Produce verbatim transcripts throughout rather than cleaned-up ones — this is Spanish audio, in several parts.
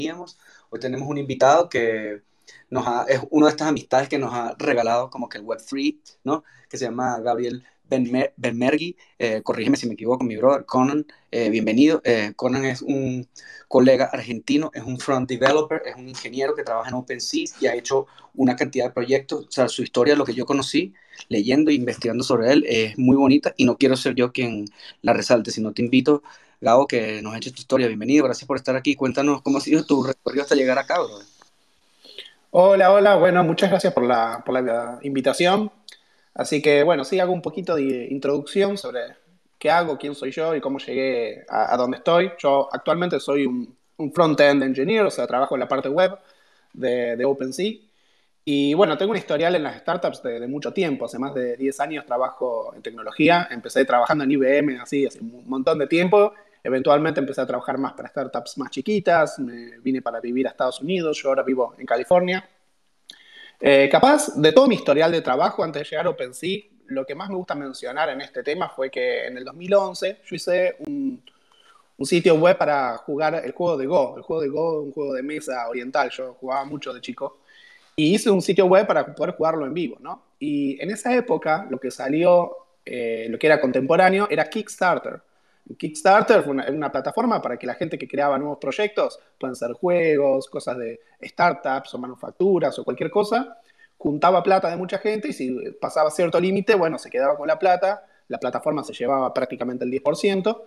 teníamos. Hoy tenemos un invitado que nos ha, es una de estas amistades que nos ha regalado como que el web tres, ¿no? Que se llama Gabriel Benmer Benmergui. Eh, corrígeme si me equivoco, mi brother. Conan, eh, bienvenido. Eh, Conan es un colega argentino, es un front developer, es un ingeniero que trabaja en OpenSea y ha hecho una cantidad de proyectos. O sea, su historia, lo que yo conocí leyendo e investigando sobre él, es muy bonita y no quiero ser yo quien la resalte, sino te invito, Gabo, que nos eches tu historia. Bienvenido, gracias por estar aquí. Cuéntanos cómo ha sido tu recorrido hasta llegar acá, bro. Hola, hola, bueno, muchas gracias por la, por la invitación. Así que, bueno, sí, hago un poquito de introducción sobre qué hago, quién soy yo y cómo llegué a, a donde estoy. Yo actualmente soy un, un front-end engineer, o sea, trabajo en la parte web de, de OpenSea. Y bueno, tengo un historial en las startups de, de mucho tiempo. Hace más de diez años trabajo en tecnología. Empecé trabajando en I B M, así, hace un montón de tiempo. Eventualmente empecé a trabajar más para startups más chiquitas. Me vine para vivir a Estados Unidos. Yo ahora vivo en California. Eh, capaz, de todo mi historial de trabajo antes de llegar a OpenSea, lo que más me gusta mencionar en este tema fue que en el dos mil once yo hice un, un sitio web para jugar el juego de Go. El juego de Go es un juego de mesa oriental. Yo jugaba mucho de chico. Y hice un sitio web para poder jugarlo en vivo, ¿no? Y en esa época, lo que salió, eh, lo que era contemporáneo, era Kickstarter. Kickstarter fue una, una plataforma para que la gente que creaba nuevos proyectos, pueden ser juegos, cosas de startups o manufacturas o cualquier cosa, juntaba plata de mucha gente y si pasaba cierto límite, bueno, se quedaba con la plata, la plataforma se llevaba prácticamente el diez por ciento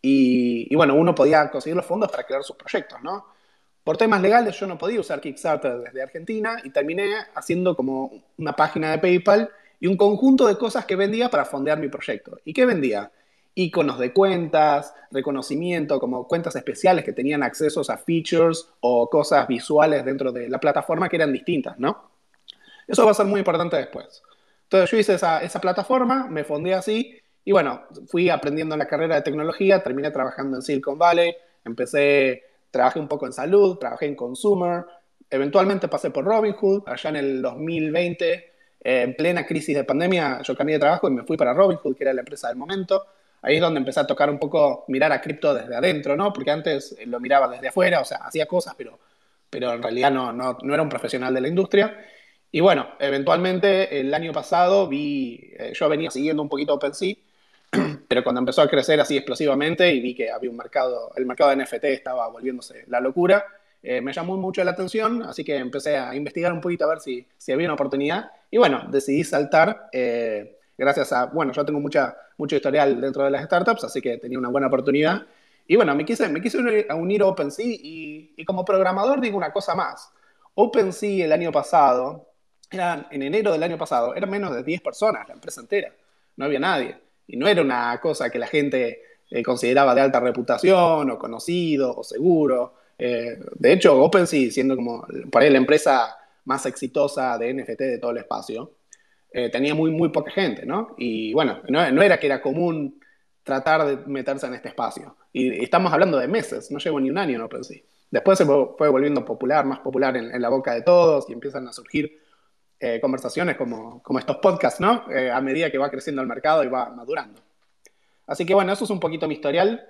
y, y bueno, uno podía conseguir los fondos para crear sus proyectos, ¿no? Por temas legales yo no podía usar Kickstarter desde Argentina y terminé haciendo como una página de PayPal y un conjunto de cosas que vendía para fondear mi proyecto. ¿Y qué vendía? Iconos de cuentas, reconocimiento, como cuentas especiales que tenían accesos a features o cosas visuales dentro de la plataforma que eran distintas, ¿no? Eso va a ser muy importante después. Entonces yo hice esa, esa plataforma, me fondeé así y bueno, fui aprendiendo en la carrera de tecnología, terminé trabajando en Silicon Valley, empecé, trabajé un poco en salud, trabajé en consumer, eventualmente pasé por Robinhood, allá en el dos mil veinte, eh, en plena crisis de pandemia, yo cambié de trabajo y me fui para Robinhood, que era la empresa del momento. Ahí es donde empecé a tocar un poco, mirar a cripto desde adentro, ¿no? Porque antes lo miraba desde afuera, o sea, hacía cosas, pero, pero en realidad no, no, no era un profesional de la industria. Y bueno, eventualmente el año pasado vi, eh, yo venía siguiendo un poquito OpenSea, pero cuando empezó a crecer así explosivamente y vi que había un mercado, el mercado de N F T estaba volviéndose la locura, eh, me llamó mucho la atención, así que empecé a investigar un poquito a ver si, si había una oportunidad. Y bueno, decidí saltar, eh, gracias a, bueno, yo tengo mucha, mucho historial dentro de las startups, así que tenía una buena oportunidad. Y bueno, me quise, me quise unir a unir a OpenSea y, y como programador digo una cosa más. OpenSea el año pasado, eran, en enero del año pasado, eran menos de diez personas, la empresa entera. No había nadie. Y no era una cosa que la gente eh, consideraba de alta reputación o conocido o seguro. Eh, de hecho, OpenSea, siendo como por ahí la empresa más exitosa de N F T de todo el espacio, eh, tenía muy, muy poca gente, ¿no? Y bueno, no, no era que era común tratar de meterse en este espacio. Y, y estamos hablando de meses, no llevo ni un año en OpenSea. Después se fue volviendo popular, más popular en, en la boca de todos y empiezan a surgir eh, conversaciones como, como estos podcasts, ¿no? Eh, a medida que va creciendo el mercado y va madurando. Así que bueno, eso es un poquito mi historial.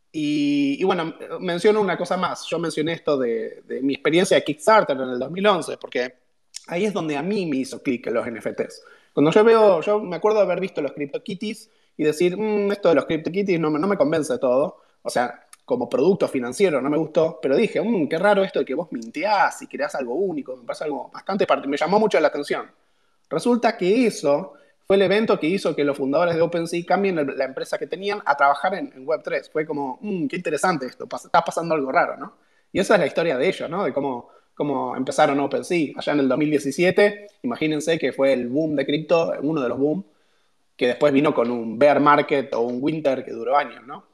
Y, y bueno, menciono una cosa más. Yo mencioné esto de, de mi experiencia de Kickstarter en el dos mil once, porque ahí es donde a mí me hizo clic en los N F Ts. Cuando yo veo, yo me acuerdo de haber visto los CryptoKitties y decir, mmm, esto de los CryptoKitties no me, no me convence todo. O sea, como producto financiero no me gustó, pero dije, mmm, qué raro esto de que vos minteás y creás algo único, me parece algo bastante, part- me llamó mucho la atención. Resulta que eso fue el evento que hizo que los fundadores de OpenSea cambien el- la empresa que tenían a trabajar en, en web tres. Fue como, mmm, qué interesante esto, pas- está pasando algo raro, ¿no? Y esa es la historia de ellos, ¿no? De cómo, cómo empezaron OpenSea allá en el dos mil diecisiete. Imagínense que fue el boom de cripto, uno de los boom, que después vino con un bear market o un winter que duró años, ¿no?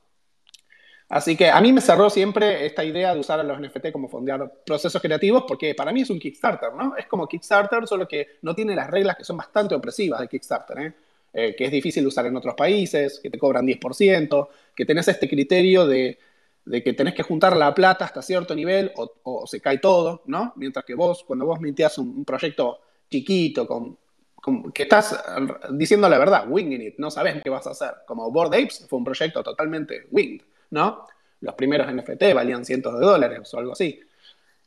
Así que a mí me cerró siempre esta idea de usar a los N F T como fondear procesos creativos, porque para mí es un Kickstarter, ¿no? Es como Kickstarter, solo que no tiene las reglas que son bastante opresivas de Kickstarter, ¿eh? Eh, que es difícil de usar en otros países, que te cobran diez por ciento, que tenés este criterio de, de que tenés que juntar la plata hasta cierto nivel o, o se cae todo, ¿no? Mientras que vos, cuando vos mintías un, un proyecto chiquito, con, con- que estás diciendo la verdad, winging it, no sabes qué vas a hacer. Como Bored Apes fue un proyecto totalmente winged, ¿no? Los primeros N F T valían cientos de dólares o algo así.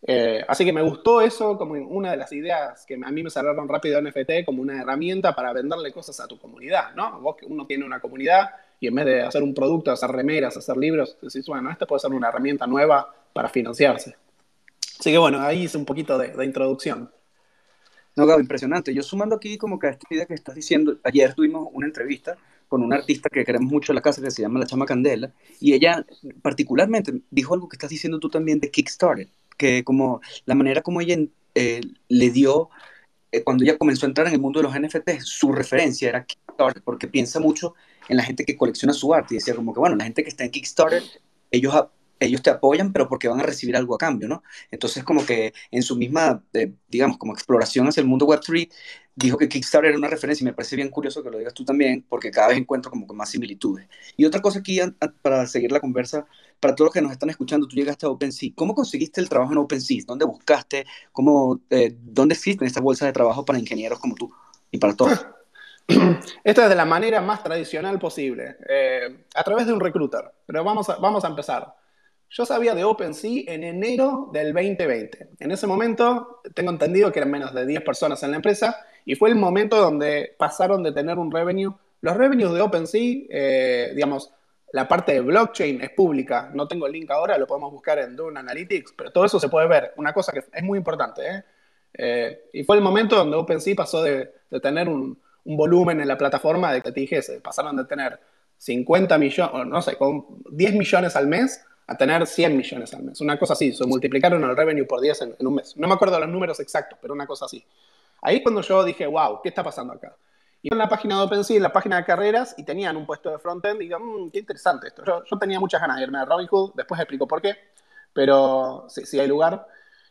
Eh, así que me gustó eso como una de las ideas que a mí me salieron rápido N F T como una herramienta para venderle cosas a tu comunidad, ¿no? Vos que uno tiene una comunidad y en vez de hacer un producto, hacer remeras, hacer libros, decís, bueno, esta puede ser una herramienta nueva para financiarse. Así que bueno, ahí hice un poquito de, de introducción. No, Gabo, impresionante. Yo sumando aquí como que a esta idea que estás diciendo, ayer tuvimos una entrevista con una artista que queremos mucho en la casa que se llama La Chama Candela, y ella particularmente dijo algo que estás diciendo tú también de Kickstarter, que como la manera como ella eh, le dio, eh, cuando ella comenzó a entrar en el mundo de los N F T, su referencia era Kickstarter, porque piensa mucho en la gente que colecciona su arte, y decía como que, bueno, la gente que está en Kickstarter, ellos, a- ellos te apoyan, pero porque van a recibir algo a cambio, ¿no? Entonces, como que en su misma, eh, digamos, como exploración hacia el mundo web tres, dijo que Kickstarter era una referencia y me parece bien curioso que lo digas tú también, porque cada vez encuentro como que más similitudes. Y otra cosa aquí, a- a- para seguir la conversa, para todos los que nos están escuchando, tú llegaste a OpenSea. ¿Cómo conseguiste el trabajo en OpenSea? ¿Dónde buscaste? ¿Cómo, eh, ¿Dónde existen estas bolsas de trabajo para ingenieros como tú y para todos? Esta es de la manera más tradicional posible, eh, a través de un recruiter. Pero vamos a, vamos a empezar. Yo sabía de OpenSea en enero del dos mil veinte. En ese momento, tengo entendido que eran menos de diez personas en la empresa y fue el momento donde pasaron de tener un revenue. Los revenues de OpenSea, eh, digamos, la parte de blockchain es pública. No tengo el link ahora, lo podemos buscar en Dune Analytics, pero todo eso se puede ver. Una cosa que es muy importante, ¿eh? Eh, y fue el momento donde OpenSea pasó de, de tener un, un, volumen en la plataforma de que te dijese, pasaron de tener cincuenta millones, no sé, con diez millones al mes a tener cien millones al mes. Una cosa así, se multiplicaron el revenue por diez en, en un mes. No me acuerdo los números exactos, pero una cosa así. Ahí es cuando yo dije, wow, ¿qué está pasando acá? Y en la página de OpenSea, en la página de carreras, y tenían un puesto de frontend, y digo, mmm, qué interesante esto. Yo, yo tenía muchas ganas de irme a Robinhood, después explico por qué, pero sí, sí hay lugar.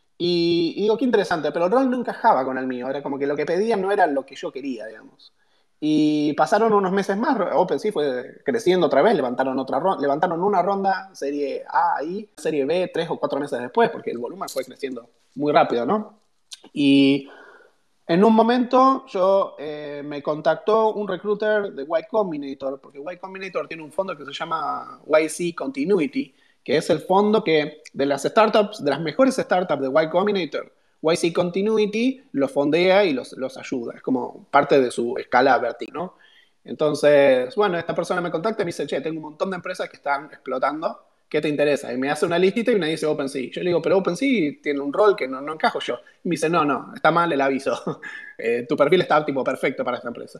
Y, y digo, qué interesante, pero el rol no encajaba con el mío, era como que lo que pedían no era lo que yo quería, digamos. Y pasaron unos meses más, OpenSea fue creciendo otra vez, levantaron otra ronda, levantaron una ronda, serie A ahí, serie B, tres o cuatro meses después, porque el volumen fue creciendo muy rápido, ¿no? Y en un momento yo eh, me contactó un recruiter de Y Combinator, porque Y Combinator tiene un fondo que se llama Y C Continuity, que es el fondo que de las startups, de las mejores startups de Y Combinator, Y C Continuity los fondea y los, los ayuda. Es como parte de su escala vertical, ¿no? Entonces, bueno, esta persona me contacta y me dice, che, tengo un montón de empresas que están explotando. ¿Qué te interesa? Y me hace una listita y me dice OpenSea. Yo le digo, pero OpenSea tiene un rol que no, no encajo yo. Y me dice, no, no, está mal el aviso. Eh, tu perfil está tipo perfecto para esta empresa.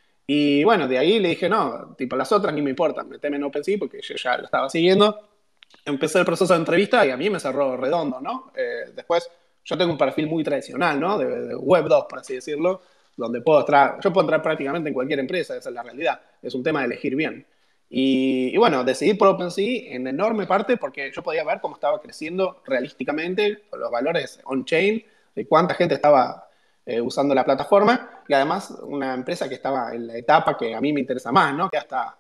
Y bueno, de ahí le dije, no, tipo las otras ni me importan, meteme en OpenSea porque yo ya lo estaba siguiendo. Empecé el proceso de entrevista y a mí me cerró redondo, ¿no? Eh, después, yo tengo un perfil muy tradicional, ¿no? De, de web dos, por así decirlo, donde puedo entrar, yo puedo entrar prácticamente en cualquier empresa, esa es la realidad. Es un tema de elegir bien. Y, y bueno, decidí por OpenSea en enorme parte porque yo podía ver cómo estaba creciendo realísticamente los valores on-chain, de cuánta gente estaba eh, usando la plataforma y además una empresa que estaba en la etapa que a mí me interesa más, ¿no? Que hasta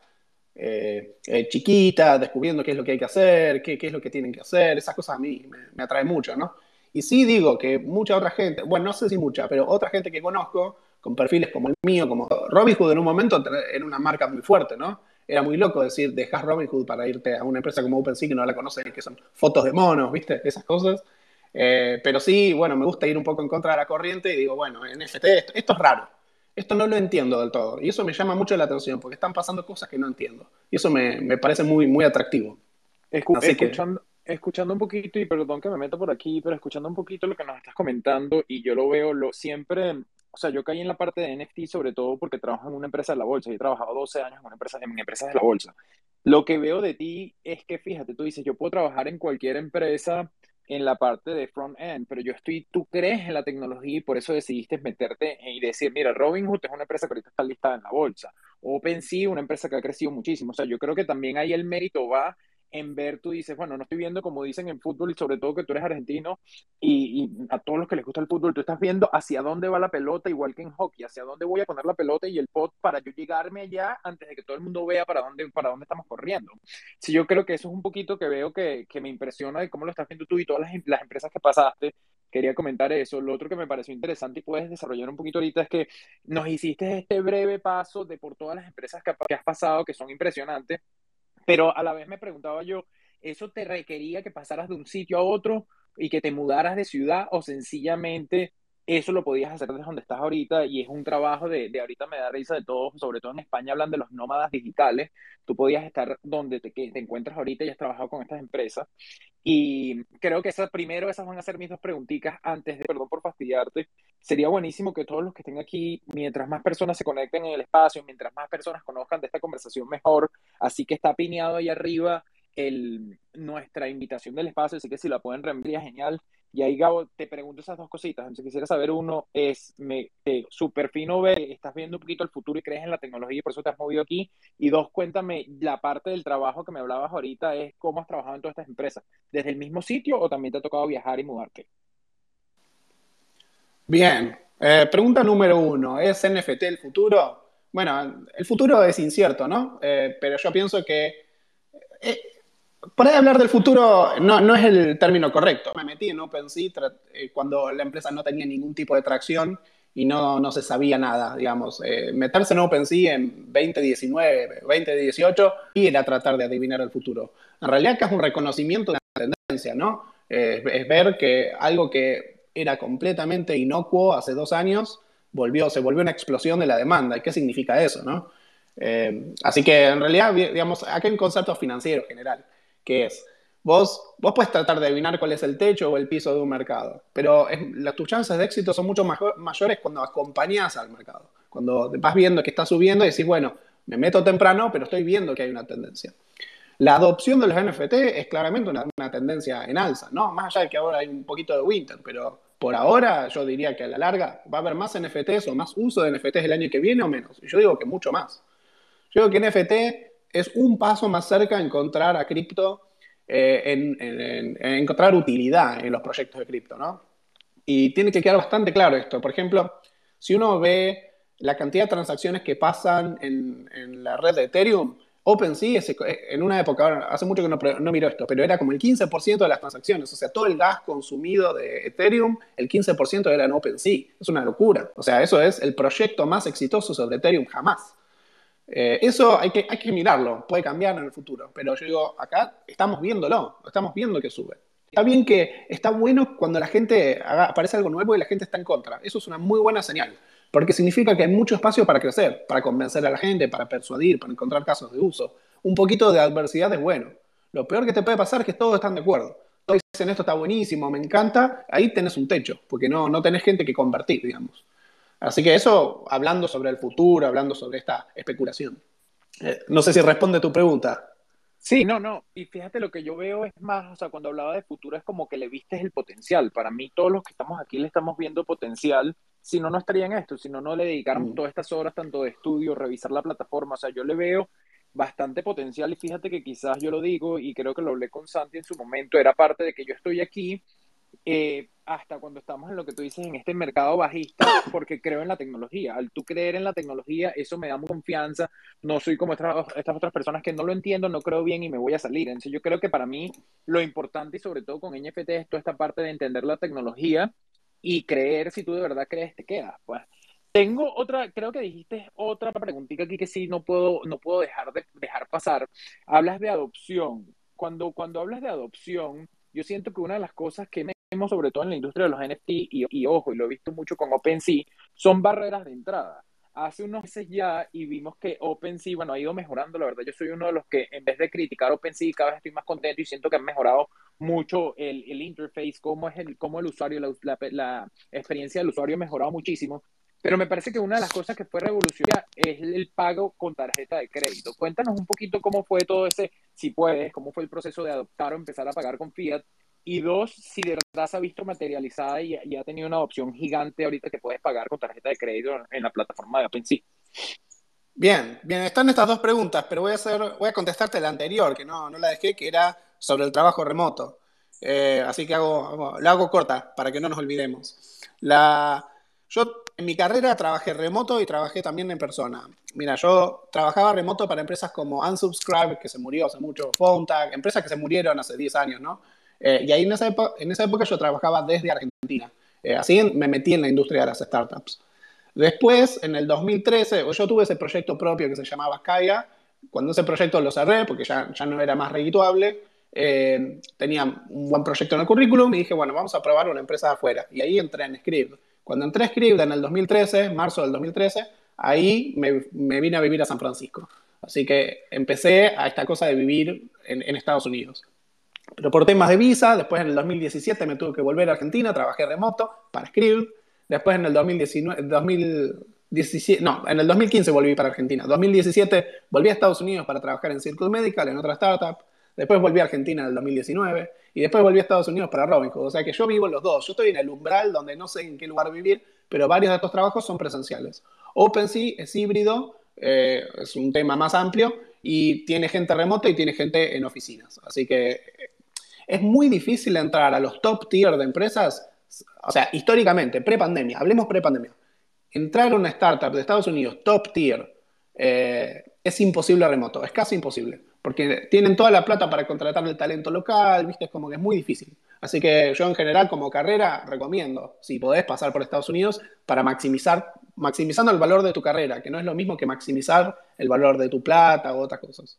eh, eh, chiquita, descubriendo qué es lo que hay que hacer, qué, qué es lo que tienen que hacer, esas cosas a mí me, me atraen mucho, ¿no? Y sí digo que mucha otra gente, bueno, no sé si mucha, pero otra gente que conozco, con perfiles como el mío, como Robinhood en un momento era una marca muy fuerte, ¿no? Era muy loco decir, dejas Robinhood para irte a una empresa como OpenSea que no la conoces, que son fotos de monos, ¿viste? Esas cosas. Eh, pero sí, bueno, me gusta ir un poco en contra de la corriente y digo, bueno, N F T, esto, esto es raro. Esto no lo entiendo del todo. Y eso me llama mucho la atención, porque están pasando cosas que no entiendo. Y eso me, me parece muy, muy atractivo. Escu- Así que, escuchando, escuchando un poquito, y perdón que me meta por aquí, pero escuchando un poquito lo que nos estás comentando, y yo lo veo lo, siempre, o sea, yo caí en la parte de N F T sobre todo porque trabajo en una empresa de la bolsa, y he trabajado doce años en una empresa, en empresas de la bolsa. Lo que veo de ti es que, fíjate, tú dices, yo puedo trabajar en cualquier empresa en la parte de front-end, pero yo estoy, tú crees en la tecnología y por eso decidiste meterte y decir, mira, Robinhood es una empresa que ahorita está listada en la bolsa, OpenSea, una empresa que ha crecido muchísimo, o sea, yo creo que también ahí el mérito va en ver, tú dices, bueno, no estoy viendo como dicen en fútbol y sobre todo que tú eres argentino y, y, a todos los que les gusta el fútbol, tú estás viendo hacia dónde va la pelota, igual que en hockey, hacia dónde voy a poner la pelota y el pot para yo llegarme allá antes de que todo el mundo vea para dónde, para dónde estamos corriendo. Sí, yo creo que eso es un poquito que veo que, que me impresiona de cómo lo estás viendo tú y todas las, las empresas que pasaste. Quería comentar eso. Lo otro que me pareció interesante y puedes desarrollar un poquito ahorita es que nos hiciste este breve paso de por todas las empresas que, que has pasado, que son impresionantes, pero a la vez me preguntaba yo, ¿eso te requería que pasaras de un sitio a otro? y que te mudaras de ciudad o sencillamente eso lo podías hacer desde donde estás ahorita y es un trabajo de, de ahorita me da risa de todo, sobre todo en España hablan de los nómadas digitales, tú podías estar donde te, que te encuentras ahorita y has trabajado con estas empresas y creo que esas, primero esas van a ser mis dos preguntitas antes de, perdón por fastidiarte, sería buenísimo que todos los que estén aquí, mientras más personas se conecten en el espacio, mientras más personas conozcan de esta conversación mejor, así que está pineado ahí arriba el, nuestra invitación del espacio, así que si la pueden reenviar, genial. Y ahí, Gabo, te pregunto esas dos cositas. Entonces, quisiera saber, uno, es, me, te, súper fino ver, estás viendo un poquito el futuro y crees en la tecnología y por eso te has movido aquí. Y dos, cuéntame, la parte del trabajo que me hablabas ahorita es cómo has trabajado en todas estas empresas. ¿Desde el mismo sitio o también te ha tocado viajar y mudarte? Bien, eh, pregunta número uno, ¿es N F T el futuro? Bueno, el futuro es incierto, ¿no? Eh, pero yo pienso que eh, por ahí hablar del futuro no, no es el término correcto. Me metí en OpenSea tra- eh, cuando la empresa no tenía ningún tipo de tracción y no, no se sabía nada, digamos. Eh, meterse en OpenSea en dos mil diecinueve, dos mil dieciocho y era tratar de adivinar el futuro. En realidad acá es un reconocimiento de una tendencia, ¿no? Eh, es ver que algo que era completamente inocuo hace dos años volvió, se volvió una explosión de la demanda. ¿Y qué significa eso, no? Eh, así que en realidad, digamos, acá hay un concepto financiero general que es, vos, vos puedes tratar de adivinar cuál es el techo o el piso de un mercado, pero es, las, tus chances de éxito son mucho mayor, mayores cuando acompañás al mercado, cuando vas viendo que está subiendo y decís, bueno, me meto temprano, pero estoy viendo que hay una tendencia. La adopción de los N F T es claramente una, una tendencia en alza, ¿no? Más allá de que ahora hay un poquito de winter, pero por ahora yo diría que a la larga va a haber más N F Ts o más uso de N F Ts el año que viene o menos. Y yo digo que mucho más. Yo creo que N F T es un paso más cerca de encontrar a cripto, eh, en, en, en, encontrar utilidad en los proyectos de cripto, ¿no? Y tiene que quedar bastante claro esto. Por ejemplo, si uno ve la cantidad de transacciones que pasan en, en la red de Ethereum, OpenSea es, en una época, ahora, hace mucho que no, no miro esto, pero era como el quince por ciento de las transacciones. O sea, todo el gas consumido de Ethereum, el quince por ciento era en OpenSea. Es una locura. O sea, eso es el proyecto más exitoso sobre Ethereum jamás. Eh, eso hay que, hay que mirarlo, puede cambiar en el futuro, pero yo digo, acá estamos viéndolo, estamos viendo que sube. Está bien que está bueno cuando la gente haga, aparece algo nuevo y la gente está en contra. Eso es una muy buena señal, porque significa que hay mucho espacio para crecer, para convencer a la gente, para persuadir, para encontrar casos de uso. Un poquito de adversidad es bueno. Lo peor que te puede pasar es que todos están de acuerdo. Todos dicen esto está buenísimo, me encanta, ahí tenés un techo, porque no, no tenés gente que convertir, digamos. Así que eso, hablando sobre el futuro, hablando sobre esta especulación. Eh, no sé si responde tu pregunta. Sí, no, no. Y fíjate, lo que yo veo es más, o sea, cuando hablaba de futuro es como que le viste el potencial. Para mí, todos los que estamos aquí le estamos viendo potencial. Si no, no estaría en esto. Si no, no le dedicáramos Mm. todas estas horas tanto de estudio, revisar la plataforma. O sea, yo le veo bastante potencial y fíjate que quizás yo lo digo y creo que lo hablé con Santi en su momento, era parte de que yo estoy aquí eh, hasta cuando estamos en lo que tú dices, en este mercado bajista, porque creo en la tecnología. Al tú creer en la tecnología, eso me da mucha confianza. No soy como estas, estas otras personas que no lo entiendo, no creo bien y me voy a salir. Entonces yo creo que para mí lo importante y sobre todo con N F T es toda esta parte de entender la tecnología y creer, si tú de verdad crees, te quedas. Pues tengo otra, creo que dijiste otra preguntita aquí que sí no puedo, no puedo dejar de dejar pasar. Hablas de adopción. Cuando, cuando hablas de adopción, yo siento que una de las cosas que vemos, sobre todo en la industria de los N F T, y, y ojo, y lo he visto mucho con OpenSea, son barreras de entrada. Hace unos meses ya y vimos que OpenSea, bueno, ha ido mejorando, la verdad yo soy uno de los que en vez de criticar OpenSea cada vez estoy más contento y siento que han mejorado mucho el, el interface, cómo es el, cómo el usuario, la, la, la experiencia del usuario ha mejorado muchísimo. Pero me parece que una de las cosas que fue revolucionaria es el pago con tarjeta de crédito. Cuéntanos un poquito cómo fue todo ese, si puedes, cómo fue el proceso de adoptar o empezar a pagar con Fiat. Y dos, si de verdad se ha visto materializada y, y ha tenido una adopción gigante ahorita que puedes pagar con tarjeta de crédito en, en la plataforma de OpenSea. Bien, bien, están estas dos preguntas, pero voy a, hacer, voy a contestarte la anterior, que no, no la dejé, que era sobre el trabajo remoto. Eh, así que hago, hago- la hago corta para que no nos olvidemos. La, yo en mi carrera trabajé remoto y trabajé también en persona. Mira, yo trabajaba remoto para empresas como Unsubscribe, que se murió hace mucho, PhoneTag, empresas que se murieron hace diez años, ¿no? Eh, y ahí en esa, epo- en esa época yo trabajaba desde Argentina. Eh, así me metí en la industria de las startups. Después, en el dos mil trece, yo tuve ese proyecto propio que se llamaba Kaya. Cuando ese proyecto lo cerré, porque ya, ya no era más redituable, eh, tenía un buen proyecto en el currículum y dije, bueno, vamos a probar una empresa de afuera. Y ahí entré en Scribd. Cuando entré a Scribd en el dos mil trece, marzo del dos mil trece, ahí me, me vine a vivir a San Francisco. Así que empecé a esta cosa de vivir en, en Estados Unidos. Pero por temas de visa, después en el dos mil diecisiete me tuve que volver a Argentina, trabajé remoto para Scribd. Después en el dos mil diecinueve, dos mil diecisiete, no, en el dos mil quince volví para Argentina. dos mil diecisiete volví a Estados Unidos para trabajar en Circle Medical, en otra startup. Después volví a Argentina en el dos mil diecinueve y después volví a Estados Unidos para Robinhood. O sea que yo vivo en los dos. Yo estoy en el umbral donde no sé en qué lugar vivir, pero varios de estos trabajos son presenciales. OpenSea es híbrido, eh, es un tema más amplio y tiene gente remota y tiene gente en oficinas. Así que es muy difícil entrar a los top tier de empresas. O sea, históricamente, pre-pandemia, hablemos pre-pandemia, entrar a una startup de Estados Unidos top tier eh, es imposible remoto, es casi imposible, porque tienen toda la plata para contratar el talento local, ¿viste? Es como que es muy difícil. Así que yo en general como carrera recomiendo, si podés pasar por Estados Unidos, para maximizar, maximizando el valor de tu carrera, que no es lo mismo que maximizar el valor de tu plata u otras cosas.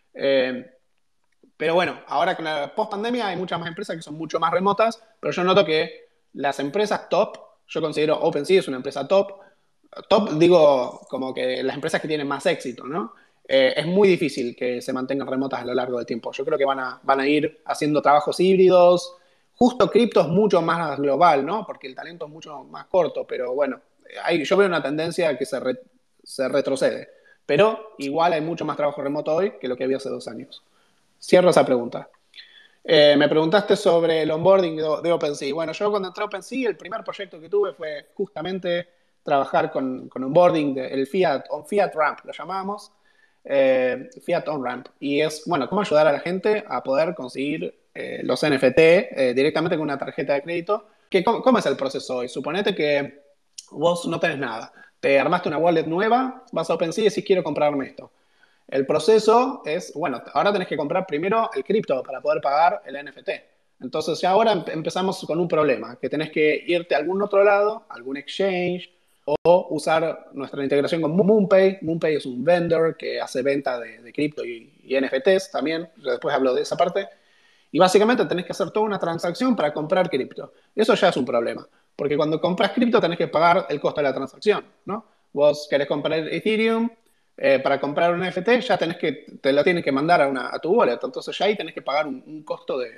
Eh, pero bueno, ahora con la post-pandemia hay muchas más empresas que son mucho más remotas, pero yo noto que las empresas top, yo considero OpenSea es una empresa top, top digo como que las empresas que tienen más éxito, ¿no? Eh, es muy difícil que se mantengan remotas a lo largo del tiempo. Yo creo que van a, van a ir haciendo trabajos híbridos. Justo cripto es mucho más global, ¿no? Porque el talento es mucho más corto, pero bueno, hay, yo veo una tendencia que se, re, se retrocede. Pero igual hay mucho más trabajo remoto hoy que lo que había hace dos años. Cierro esa pregunta. Eh, me preguntaste sobre el onboarding de, de OpenSea. Bueno, yo cuando entré a OpenSea, el primer proyecto que tuve fue justamente trabajar con, con onboarding, de, el Fiat, on Fiat Ramp, lo llamamos, eh, Fiat On Ramp. Y es, bueno, cómo ayudar a la gente a poder conseguir eh, los N F T eh, directamente con una tarjeta de crédito. Que, ¿cómo, ¿Cómo es el proceso hoy? Suponete que vos no tenés nada. Te armaste una wallet nueva, vas a OpenSea y decís, quiero comprarme esto. El proceso es, bueno, ahora tenés que comprar primero el cripto para poder pagar el N F T. Entonces ya ahora empezamos con un problema, que tenés que irte a algún otro lado, algún exchange, o usar nuestra integración con MoonPay. MoonPay es un vendor que hace venta de, de cripto y, y N F Ts también, yo después hablo de esa parte. Y básicamente tenés que hacer toda una transacción para comprar cripto. Eso ya es un problema, porque cuando compras cripto tenés que pagar el costo de la transacción, ¿no? Vos querés comprar Ethereum, Eh, para comprar un N F T ya tenés que, te lo tienes que mandar a, una, a tu wallet, entonces ya ahí tenés que pagar un, un costo de,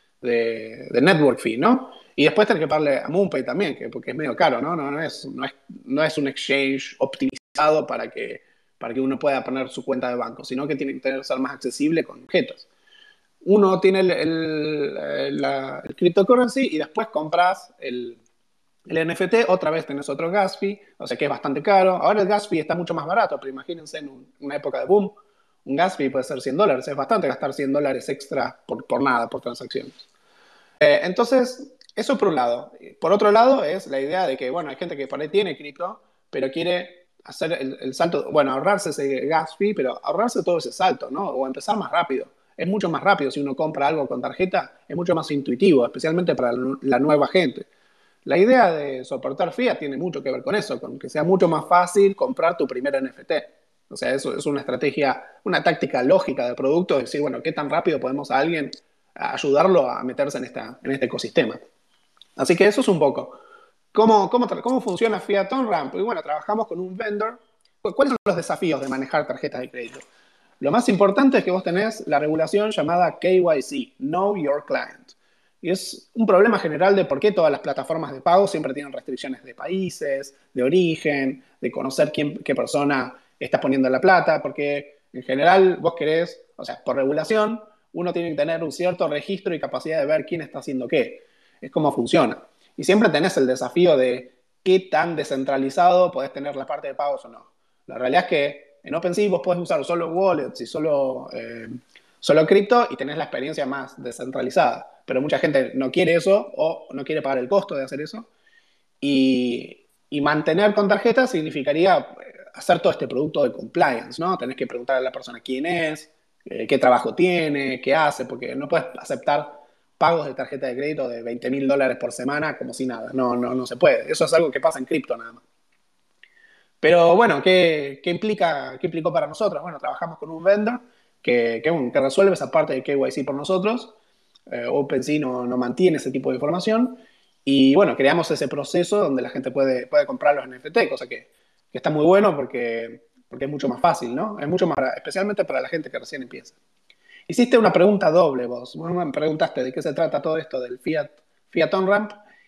de, de network fee, ¿no? Y después tenés que pagarle a MoonPay también, que, porque es medio caro, ¿no? No, no, es, no, es, no es un exchange optimizado para que, para que uno pueda poner su cuenta de banco, sino que tiene que tener, ser más accesible con objetos. Uno tiene el, el, la, el cryptocurrency y después compras el, el N F T, otra vez tenés otro gas fee, o sea que es bastante caro. Ahora el gas fee está mucho más barato, pero imagínense en un, una época de boom, un gas fee puede ser cien dólares, es bastante gastar cien dólares extra por, por nada, por transacciones. Eh, entonces, eso por un lado. Por otro lado es la idea de que, bueno, hay gente que por ahí tiene cripto, pero quiere hacer el, el salto, bueno, ahorrarse ese gas fee, pero ahorrarse todo ese salto, ¿no? O empezar más rápido. Es mucho más rápido si uno compra algo con tarjeta, es mucho más intuitivo, especialmente para la nueva gente. La idea de soportar fiat tiene mucho que ver con eso, con que sea mucho más fácil comprar tu primer N F T. O sea, eso es una estrategia, una táctica lógica de producto, es decir, bueno, ¿qué tan rápido podemos a alguien ayudarlo a meterse en, esta, en este ecosistema? Así que eso es un poco. ¿Cómo, cómo, cómo funciona Fiat On Ramp? Y bueno, trabajamos con un vendor. ¿Cuáles son los desafíos de manejar tarjetas de crédito? Lo más importante es que vos tenés la regulación llamada K Y C, Know Your Client. Y es un problema general de por qué todas las plataformas de pago siempre tienen restricciones de países, de origen, de conocer quién, qué persona está poniendo la plata, porque en general vos querés, o sea, por regulación, uno tiene que tener un cierto registro y capacidad de ver quién está haciendo qué. Es cómo funciona. Y siempre tenés el desafío de qué tan descentralizado podés tener la parte de pagos o no. La realidad es que en OpenSea vos podés usar solo wallets y solo, eh, solo cripto y tenés la experiencia más descentralizada. Pero mucha gente no quiere eso o no quiere pagar el costo de hacer eso. Y, y mantener con tarjeta significaría hacer todo este producto de compliance, ¿no? Tenés que preguntar a la persona quién es, eh, qué trabajo tiene, qué hace, porque no puedes aceptar pagos de tarjeta de crédito de veinte mil dólares por semana como si nada. No, no, no se puede. Eso es algo que pasa en cripto nada más. Pero bueno, ¿qué, qué, implica, ¿qué implicó para nosotros? Bueno, trabajamos con un vendor que, que, bueno, que resuelve esa parte de K Y C por nosotros. Eh, OpenSea no, no mantiene ese tipo de información. Y bueno, creamos ese proceso donde la gente puede, puede comprar los N F T, cosa que, que está muy bueno porque, porque es mucho más fácil, ¿no? Es mucho más, especialmente para la gente que recién empieza. Hiciste una pregunta doble vos. Vos me preguntaste de qué se trata todo esto del Fiat, Fiat On-Ramp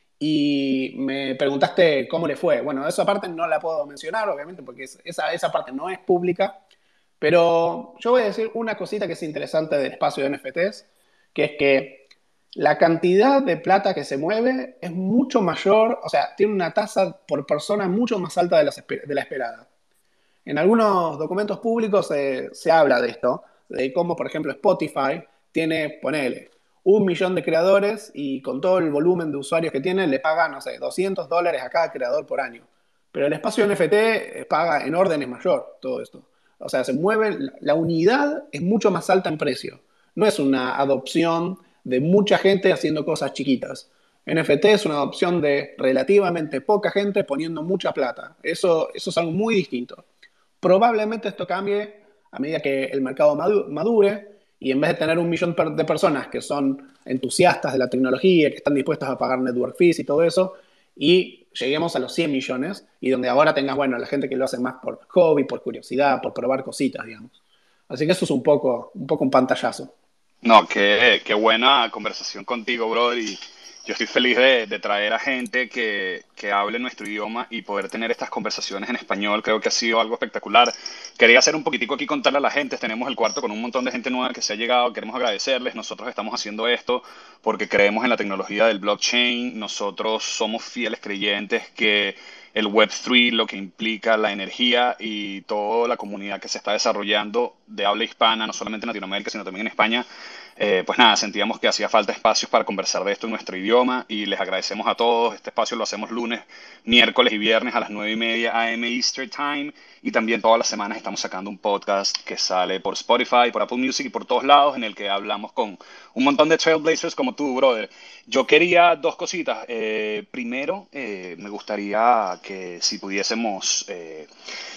y me preguntaste cómo le fue. Bueno, esa parte no la puedo mencionar, obviamente, porque es- esa, esa parte no es pública, pero yo voy a decir una cosita que es interesante del espacio de N F Ts, que es que la cantidad de plata que se mueve es mucho mayor, o sea, tiene una tasa por persona mucho más alta de, las espe- de la esperada. En algunos documentos públicos se, se habla de esto, de cómo, por ejemplo, Spotify tiene, ponele, un millón de creadores y con todo el volumen de usuarios que tiene, le paga, no sé, doscientos dólares a cada creador por año. Pero el espacio N F T paga en órdenes mayor todo esto. O sea, se mueve, la unidad es mucho más alta en precio. No es una adopción de mucha gente haciendo cosas chiquitas. N F T es una adopción de relativamente poca gente poniendo mucha plata. Eso, eso es algo muy distinto. Probablemente esto cambie a medida que el mercado madure y en vez de tener un millón de personas que son entusiastas de la tecnología, que están dispuestas a pagar network fees y todo eso, y lleguemos a los cien millones y donde ahora tengas, bueno, la gente que lo hace más por hobby, por curiosidad, por probar cositas, digamos. Así que eso es un poco un, poco un pantallazo. No, qué, qué buena conversación contigo, brother. Y yo estoy feliz de, de traer a gente que, que hable nuestro idioma y poder tener estas conversaciones en español. Creo que ha sido algo espectacular. Quería hacer un poquitico aquí, contarle a la gente. Tenemos el cuarto con un montón de gente nueva que se ha llegado. Queremos agradecerles. Nosotros estamos haciendo esto porque creemos en la tecnología del blockchain. Nosotros somos fieles creyentes que el web tres, lo que implica la energía y toda la comunidad que se está desarrollando de habla hispana, no solamente en Latinoamérica, sino también en España, eh, pues nada, sentíamos que hacía falta espacios para conversar de esto en nuestro idioma y les agradecemos a todos. Este espacio lo hacemos lunes, miércoles y viernes a las nueve y media A M Eastern Time y también todas las semanas estamos sacando un podcast que sale por Spotify, por Apple Music y por todos lados en el que hablamos con un montón de trailblazers como tú, brother. Yo quería dos cositas. Eh, primero, eh, me gustaría que si pudiésemos... eh,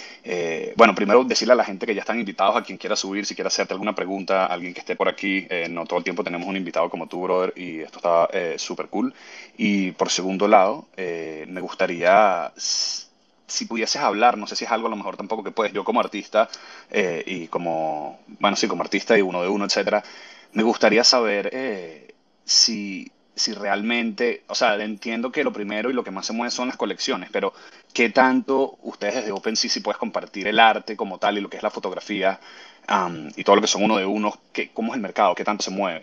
eh, bueno, primero decirle a la gente que ya están invitados, a quien quiera subir, si quiere hacerte alguna pregunta, alguien que esté por aquí. Eh, no todo el tiempo tenemos un invitado como tú, brother, y esto está eh, súper cool. Y por segundo lado, eh, me gustaría, s- si pudieses hablar, no sé si es algo a lo mejor tampoco que puedes, yo como artista eh, y como, bueno, sí, como artista y uno de uno, etcétera, me gustaría saber eh, si, si realmente, o sea, entiendo que lo primero y lo que más se mueve son las colecciones, pero ¿qué tanto ustedes desde OpenSea si puedes compartir el arte como tal y lo que es la fotografía am, y todo lo que son uno de uno? ¿Qué, cómo es el mercado? ¿Qué tanto se mueve?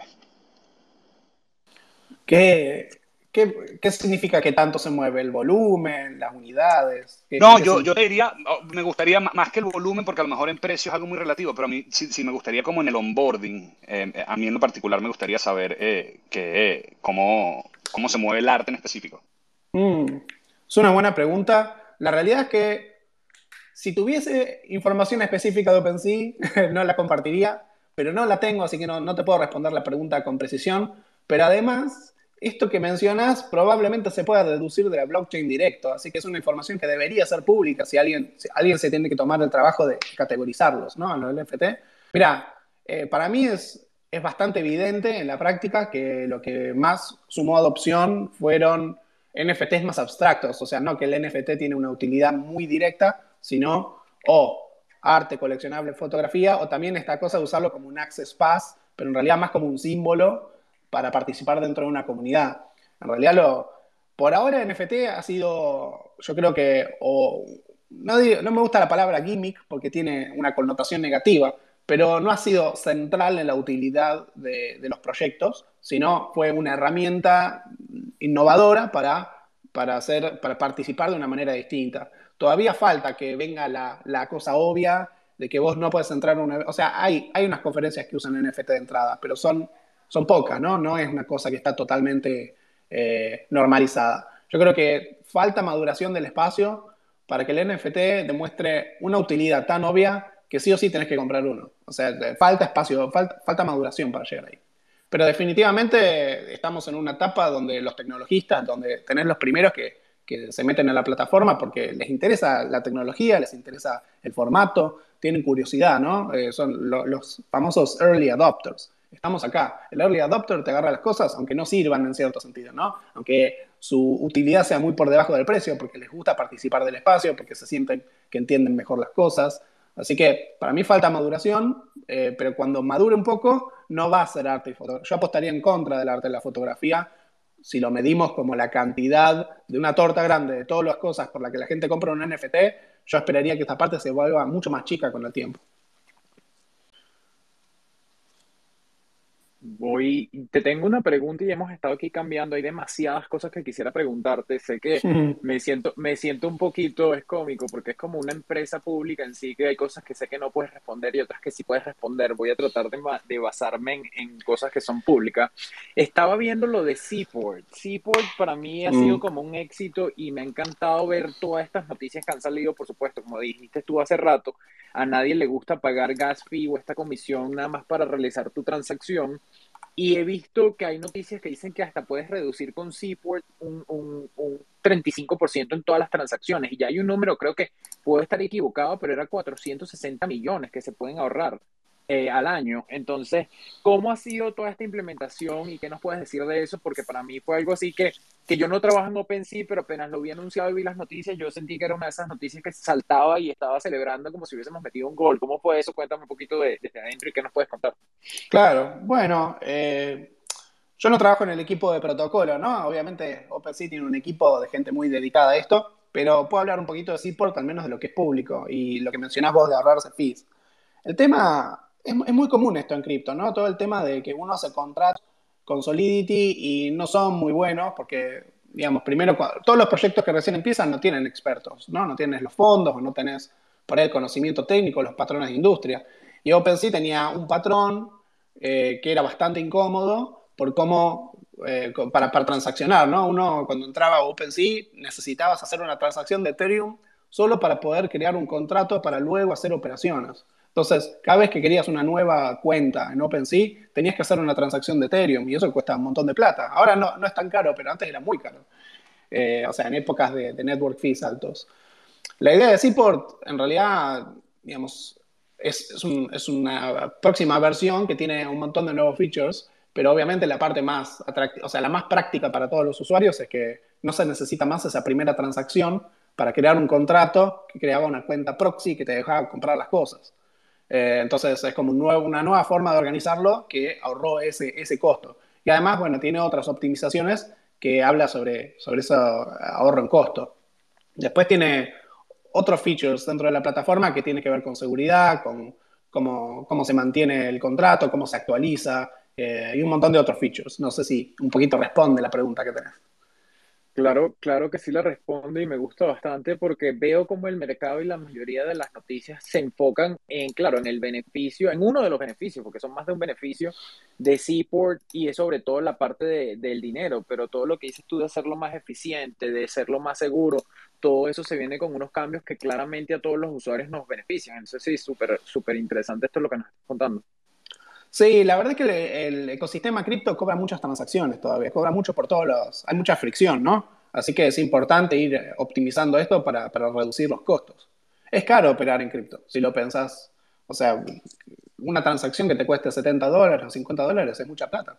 ¿Qué, qué, qué significa que tanto se mueve el volumen, las unidades? ¿Qué, No, qué yo, yo te significa? diría, oh, me gustaría ma- más que el volumen, porque a lo mejor en precio es algo muy relativo, pero a mí sí, sí me gustaría como en el onboarding, eh, a mí en lo particular me gustaría saber eh, que, eh, cómo, cómo se mueve el arte en específico. Mm, es una buena pregunta. La realidad es que si tuviese información específica de OpenSea, no la compartiría, pero no la tengo, así que no, no te puedo responder la pregunta con precisión. Pero además, esto que mencionas probablemente se pueda deducir de la blockchain directo, así que es una información que debería ser pública si alguien, si alguien se tiene que tomar el trabajo de categorizarlos, ¿no? Los N F T. Mira, eh, para mí es, es bastante evidente en la práctica que lo que más sumó adopción fueron N F Ts más abstractos, o sea, no que el N F T tiene una utilidad muy directa, sino o arte, coleccionable, fotografía, o también esta cosa de usarlo como un access pass, pero en realidad más como un símbolo para participar dentro de una comunidad. En realidad, lo, por ahora N F T ha sido, yo creo que, o, no, digo- no me gusta la palabra gimmick porque tiene una connotación negativa, pero no ha sido central en la utilidad de, de los proyectos, sino fue una herramienta innovadora para, para, hacer, para participar de una manera distinta. Todavía falta que venga la, la cosa obvia de que vos no puedes entrar en una... O sea, hay, hay unas conferencias que usan N F T de entrada, pero son, son pocas, ¿no? No es una cosa que está totalmente eh, normalizada. Yo creo que falta maduración del espacio para que el N F T demuestre una utilidad tan obvia que sí o sí tenés que comprar uno. O sea, falta espacio, falta, falta maduración para llegar ahí. Pero definitivamente estamos en una etapa donde los tecnologistas, donde tenés los primeros que, que se meten en la plataforma porque les interesa la tecnología, les interesa el formato, tienen curiosidad, ¿no? Eh, son lo, los famosos early adopters. Estamos acá. El early adopter te agarra las cosas, aunque no sirvan en cierto sentido, ¿no? Aunque su utilidad sea muy por debajo del precio, porque les gusta participar del espacio, porque se sienten que entienden mejor las cosas. Así que para mí falta maduración, eh, pero cuando madure un poco, no va a ser arte y fotografía. Yo apostaría en contra del arte de la fotografía si lo medimos como la cantidad de una torta grande de todas las cosas por las que la gente compra un N F T. Yo esperaría que esta parte se vuelva mucho más chica con el tiempo. Voy, te tengo una pregunta y hemos estado aquí cambiando. Hay demasiadas cosas que quisiera preguntarte. Sé que me siento, me siento un poquito, es cómico, porque es como una empresa pública en sí, que hay cosas que sé que no puedes responder y otras que sí puedes responder. Voy a tratar de, de basarme en, en cosas que son públicas. Estaba viendo lo de Seaport. Seaport para mí ha sido como un éxito y me ha encantado ver todas estas noticias que han salido, por supuesto, como dijiste tú hace rato. A nadie le gusta pagar gas fee o esta comisión nada más para realizar tu transacción. Y he visto que hay noticias que dicen que hasta puedes reducir con Seaport un, un, un treinta y cinco por ciento en todas las transacciones. Y ya hay un número, creo que puedo estar equivocado, pero era cuatrocientos sesenta millones que se pueden ahorrar eh, al año. Entonces, ¿cómo ha sido toda esta implementación y qué nos puedes decir de eso? Porque para mí fue algo así que, que yo no trabajo en OpenSea, pero apenas lo vi anunciado y vi las noticias, yo sentí que era una de esas noticias que saltaba y estaba celebrando como si hubiésemos metido un gol. ¿Cómo fue eso? Cuéntame un poquito de, desde adentro y qué nos puedes contar. Claro, bueno, eh, yo no trabajo en el equipo de protocolo, ¿no? Obviamente OpenSea tiene un equipo de gente muy dedicada a esto, pero puedo hablar un poquito de Seaport, al menos de lo que es público y lo que mencionás vos de ahorrarse fees. El tema, es, es muy común esto en cripto, ¿no? Todo el tema de que uno hace contratos con Solidity y no son muy buenos porque, digamos, primero, todos los proyectos que recién empiezan no tienen expertos, ¿no? No tienes los fondos o no tenés por ahí el conocimiento técnico, los patrones de industria. Y OpenSea tenía un patrón eh, que era bastante incómodo por cómo, eh, para, para transaccionar, ¿no? Uno cuando entraba a OpenSea necesitabas hacer una transacción de Ethereum solo para poder crear un contrato para luego hacer operaciones. Entonces, cada vez que querías una nueva cuenta en OpenSea, tenías que hacer una transacción de Ethereum y eso cuesta un montón de plata. Ahora no, no es tan caro, pero antes era muy caro. Eh, o sea, en épocas de, de network fees altos. La idea de Seaport, en realidad, digamos, es, es, un, es una próxima versión que tiene un montón de nuevos features, pero obviamente la parte más atractiva, o sea, la más práctica para todos los usuarios es que no se necesita más esa primera transacción para crear un contrato que creaba una cuenta proxy que te dejaba comprar las cosas. Eh, entonces es como un nuevo, una nueva forma de organizarlo que ahorró ese, ese costo. Y además, bueno, tiene otras optimizaciones que habla sobre, sobre ese ahorro en costo. Después tiene otros features dentro de la plataforma que tiene que ver con seguridad, con cómo, cómo se mantiene el contrato, cómo se actualiza, eh, y un montón de otros features. No sé si un poquito responde la pregunta que tenés. Claro, claro que sí la responde y me gusta bastante porque veo como el mercado y la mayoría de las noticias se enfocan en, claro, en el beneficio, en uno de los beneficios, porque son más de un beneficio de Seaport y es sobre todo la parte de, del dinero, pero todo lo que dices tú de hacerlo más eficiente, de hacerlo más seguro, todo eso se viene con unos cambios que claramente a todos los usuarios nos benefician. Entonces sí, súper, súper interesante esto es lo que nos estás contando. Sí, la verdad es que el, el ecosistema cripto cobra muchas transacciones todavía, cobra mucho por todos los... Hay mucha fricción, ¿no? Así que es importante ir optimizando esto para, para reducir los costos. Es caro operar en cripto, si lo pensás. O sea, una transacción que te cueste setenta dólares o cincuenta dólares es mucha plata.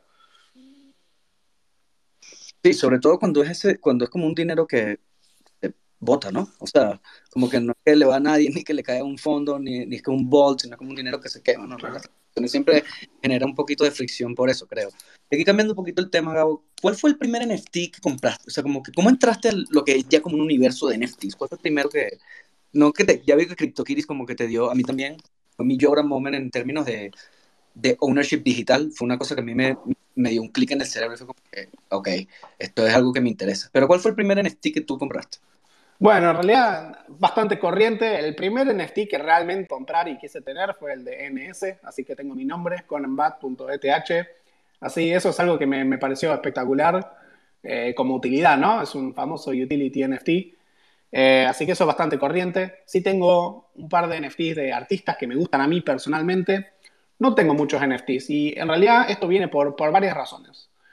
Sí, sobre todo cuando es, ese, cuando es como un dinero que eh, bota, ¿no? O sea, como que no es que le va a nadie, ni que le caiga a un fondo, ni, ni es que un vault, sino como un dinero que se quema, ¿no? Las transacciones siempre genera un poquito de fricción por eso, creo. Y aquí cambiando un poquito el tema, Gabo, ¿cuál fue el primer N F T que compraste? O sea, como que, ¿cómo entraste a lo que es ya como un universo de N F Ts? ¿Cuál fue el primero que, no que te, ya vi que CryptoKitties como que te dio, a mí también, fue mi Jordan moment en términos de, de ownership digital, fue una cosa que a mí me, me dio un clic en el cerebro y fue como que, ok, esto es algo que me interesa. Pero ¿cuál fue el primer N F T que tú compraste? Bueno, en realidad bastante corriente. El primer N F T que realmente comprar y quise tener fue el de N S, así que tengo mi nombre, conanbat punto e t h. Así, eso es algo que me, me pareció espectacular eh, como utilidad, ¿no? Es un famoso utility N F T. Eh, así que eso es bastante corriente. Sí tengo un par de N F Ts de artistas que me gustan a mí personalmente. No tengo muchos N F Ts y en realidad esto viene por, por varias razones.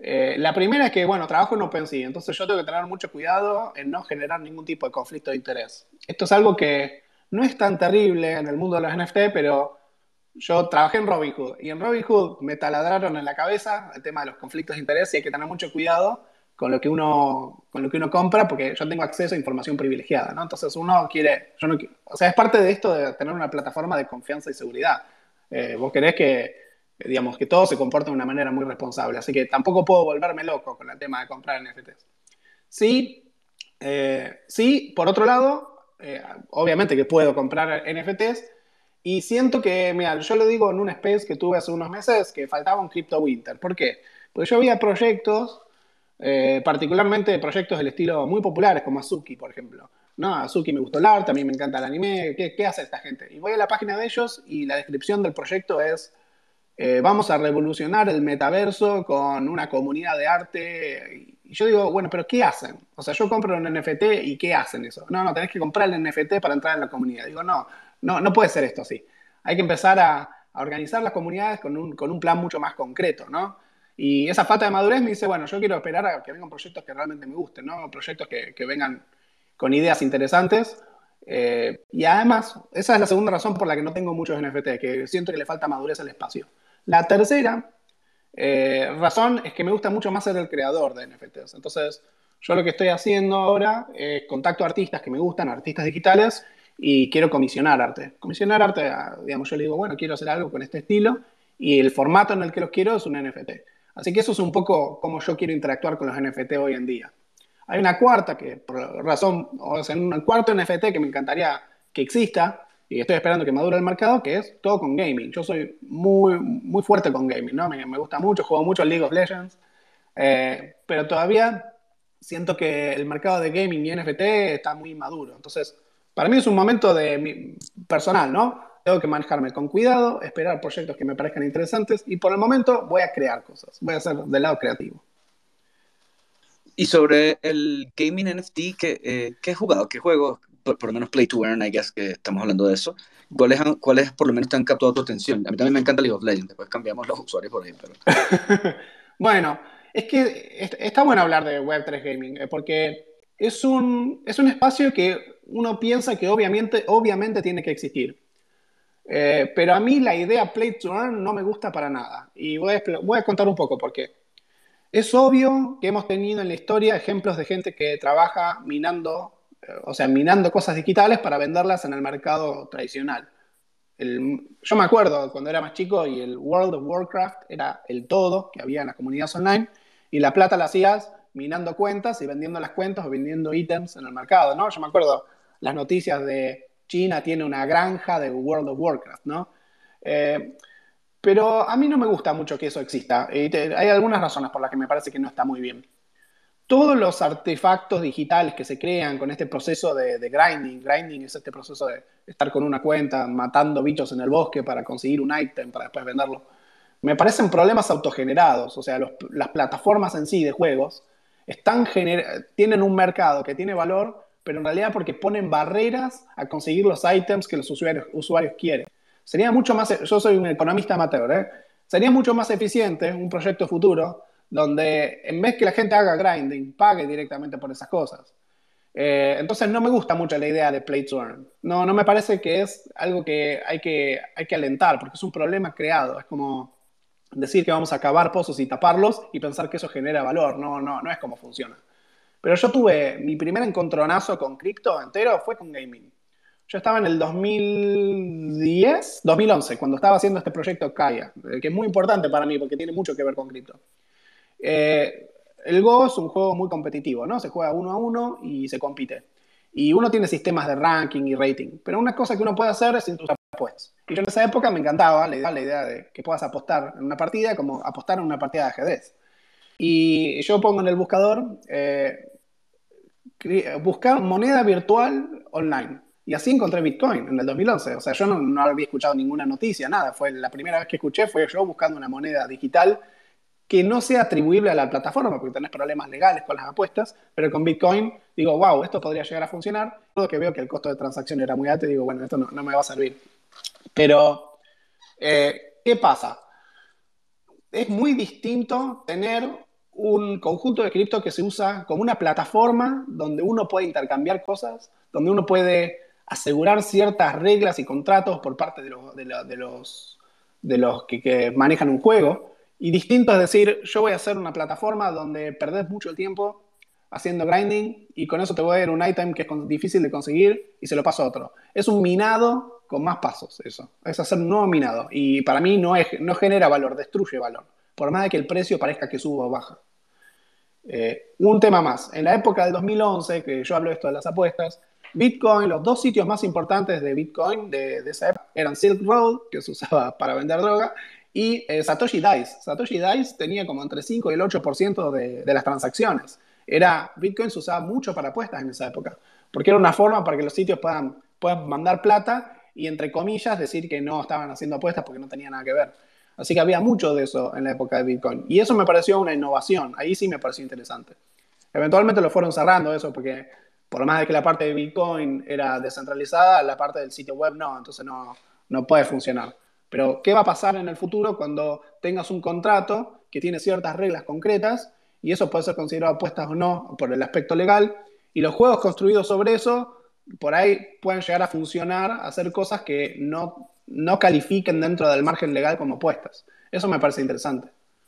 Eh, la primera es que, bueno, trabajo en OpenSea, entonces yo tengo que tener mucho cuidado en no generar ningún tipo de conflicto de interés. Esto es algo que no es tan terrible en el mundo de los N F T, pero yo trabajé en Robinhood y en Robinhood me taladraron en la cabeza el tema de los conflictos de interés y hay que tener mucho cuidado con lo que uno, con lo que uno compra porque yo tengo acceso a información privilegiada, ¿no? Entonces uno quiere, yo no, o sea, es parte de esto de tener una plataforma de confianza y seguridad. Eh, vos querés que, digamos, que todo se comporte de una manera muy responsable, así que tampoco puedo volverme loco con el tema de comprar N F Ts. Sí, eh, sí, por otro lado, eh, obviamente que puedo comprar N F Ts y siento que, mira, yo lo digo en un space que tuve hace unos meses que faltaba un Crypto Winter. ¿Por qué? Porque yo había proyectos, eh, particularmente proyectos del estilo muy populares como Azuki, por ejemplo. No, Azuki me gustó el arte, a mí me encanta el anime. ¿Qué, qué hace esta gente? Y voy a la página de ellos y la descripción del proyecto es eh, vamos a revolucionar el metaverso con una comunidad de arte. Y yo digo, bueno, pero ¿qué hacen? O sea, yo compro un N F T y ¿qué hacen eso? No, no, tenés que comprar el N F T para entrar en la comunidad. Digo, no, no, no puede ser esto así. Hay que empezar a, a organizar las comunidades con un, con un plan mucho más concreto, ¿no? Y esa falta de madurez me dice, bueno, yo quiero esperar a que vengan proyectos que realmente me gusten, ¿no? Proyectos que, que vengan con ideas interesantes. Eh, y además, esa es la segunda razón por la que no tengo muchos N F T, que siento que le falta madurez al espacio. La tercera eh, razón es que me gusta mucho más ser el creador de N F Ts. Entonces, yo lo que estoy haciendo ahora es contacto a artistas que me gustan, artistas digitales, y quiero comisionar arte. Comisionar arte, digamos, yo le digo, bueno, quiero hacer algo con este estilo, y el formato en el que los quiero es un N F T. Así que eso es un poco cómo yo quiero interactuar con los N F T hoy en día. Hay una cuarta que, por razón, o sea, un cuarto N F T que me encantaría que exista, y estoy esperando que madure el mercado, que es todo con gaming. Yo soy muy, muy fuerte con gaming, ¿no? Me, me gusta mucho, juego mucho League of Legends, eh, pero todavía siento que el mercado de gaming y N F T está muy maduro. Entonces, para mí es un momento de mi, personal, ¿no? Tengo que manejarme con cuidado, esperar proyectos que me parezcan interesantes y por el momento voy a crear cosas, voy a hacer del lado creativo. Y sobre el gaming N F T, ¿qué, eh, ¿qué has jugado? ¿Qué juegos? Por, por lo menos Play to Earn, I guess que estamos hablando de eso. ¿Cuáles, han- ¿Cuáles por lo menos te han captado tu atención? A mí también me encanta League of Legends, después cambiamos los usuarios por ahí, pero... Bueno, es que est- está bueno hablar de web tres Gaming, eh, porque es un, es un espacio que uno piensa que obviamente, obviamente tiene que existir. Eh, pero a mí la idea Play to Earn no me gusta para nada. Y voy a, expl- voy a contar un poco por qué. Es obvio que hemos tenido en la historia ejemplos de gente que trabaja minando, eh, o sea, minando cosas digitales para venderlas en el mercado tradicional. El- yo me acuerdo cuando era más chico y el World of Warcraft era el todo que había en las comunidades online y la plata la hacías minando cuentas y vendiendo las cuentas o vendiendo ítems en el mercado, ¿no? Yo me acuerdo las noticias de China tiene una granja de World of Warcraft, ¿no? Eh, pero a mí no me gusta mucho que eso exista. Y te- hay algunas razones por las que me parece que no está muy bien. Todos los artefactos digitales que se crean con este proceso de, de grinding, grinding es este proceso de estar con una cuenta, matando bichos en el bosque para conseguir un ítem para después venderlo, me parecen problemas autogenerados. O sea, los- las plataformas en sí de juegos están gener- tienen un mercado que tiene valor, pero en realidad porque ponen barreras a conseguir los ítems que los usuarios, usuarios quieren. Sería mucho más, yo soy un economista amateur, ¿eh? Sería mucho más eficiente un proyecto futuro donde en vez que la gente haga grinding, pague directamente por esas cosas. Eh, entonces no me gusta mucho la idea de play to earn. No, no me parece que es algo que hay, que hay que alentar, porque es un problema creado. Es como decir que vamos a cavar pozos y taparlos y pensar que eso genera valor. No, no, no es como funciona. Pero yo tuve mi primer encontronazo con cripto entero fue con gaming. Yo estaba en el dos mil diez, dos mil once, cuando estaba haciendo este proyecto Kaya, eh, que es muy importante para mí porque tiene mucho que ver con cripto. Eh, el Go es un juego muy competitivo, ¿no? Se juega uno a uno y se compite. Y uno tiene sistemas de ranking y rating. Pero una cosa que uno puede hacer es incluso apuestas. Y yo en esa época me encantaba la idea, la idea de que puedas apostar en una partida como apostar en una partida de ajedrez. Y yo pongo en el buscador eh, buscar moneda virtual online. Y así encontré Bitcoin en el dos mil once. O sea, yo no, no había escuchado ninguna noticia, nada. Fue la primera vez que escuché, fue yo buscando una moneda digital que no sea atribuible a la plataforma, porque tenés problemas legales con las apuestas, pero con Bitcoin digo, wow, esto podría llegar a funcionar. Todo que veo que el costo de transacción era muy alto y digo, bueno, esto no, no me va a servir. Pero, eh, ¿qué pasa? Es muy distinto tener un conjunto de cripto que se usa como una plataforma donde uno puede intercambiar cosas, donde uno puede asegurar ciertas reglas y contratos por parte de los, de la- de los, de los que, que manejan un juego. Y distinto es decir, yo voy a hacer una plataforma donde perdés mucho el tiempo haciendo grinding y con eso te voy a dar un item que es con- difícil de conseguir y se lo paso a otro. Es un minado con más pasos, eso. Es hacer un nuevo minado. Y para mí no, es, no genera valor, destruye valor. Por más de que el precio parezca que suba o baja. Eh, un tema más. En la época del dos mil once, que yo hablo de esto de las apuestas, Bitcoin, los dos sitios más importantes de Bitcoin de, de esa época eran Silk Road, que se usaba para vender droga, y eh, Satoshi Dice. Satoshi Dice tenía como entre cinco y el ocho por ciento de, de las transacciones. Era, Bitcoin se usaba mucho para apuestas en esa época, porque era una forma para que los sitios puedan, puedan mandar plata y, entre comillas, decir que no estaban haciendo apuestas porque no tenía nada que ver. Así que había mucho de eso en la época de Bitcoin. Y eso me pareció una innovación. Ahí sí me pareció interesante. Eventualmente lo fueron cerrando eso porque por más de que la parte de Bitcoin era descentralizada, la parte del sitio web no, entonces no, no puede funcionar. Pero, ¿qué va a pasar en el futuro cuando tengas un contrato que tiene ciertas reglas concretas y eso puede ser considerado apuestas o no por el aspecto legal? Y los juegos construidos sobre eso, por ahí pueden llegar a funcionar, a hacer cosas que no, no califiquen dentro del margen legal como apuestas. Eso me parece interesante.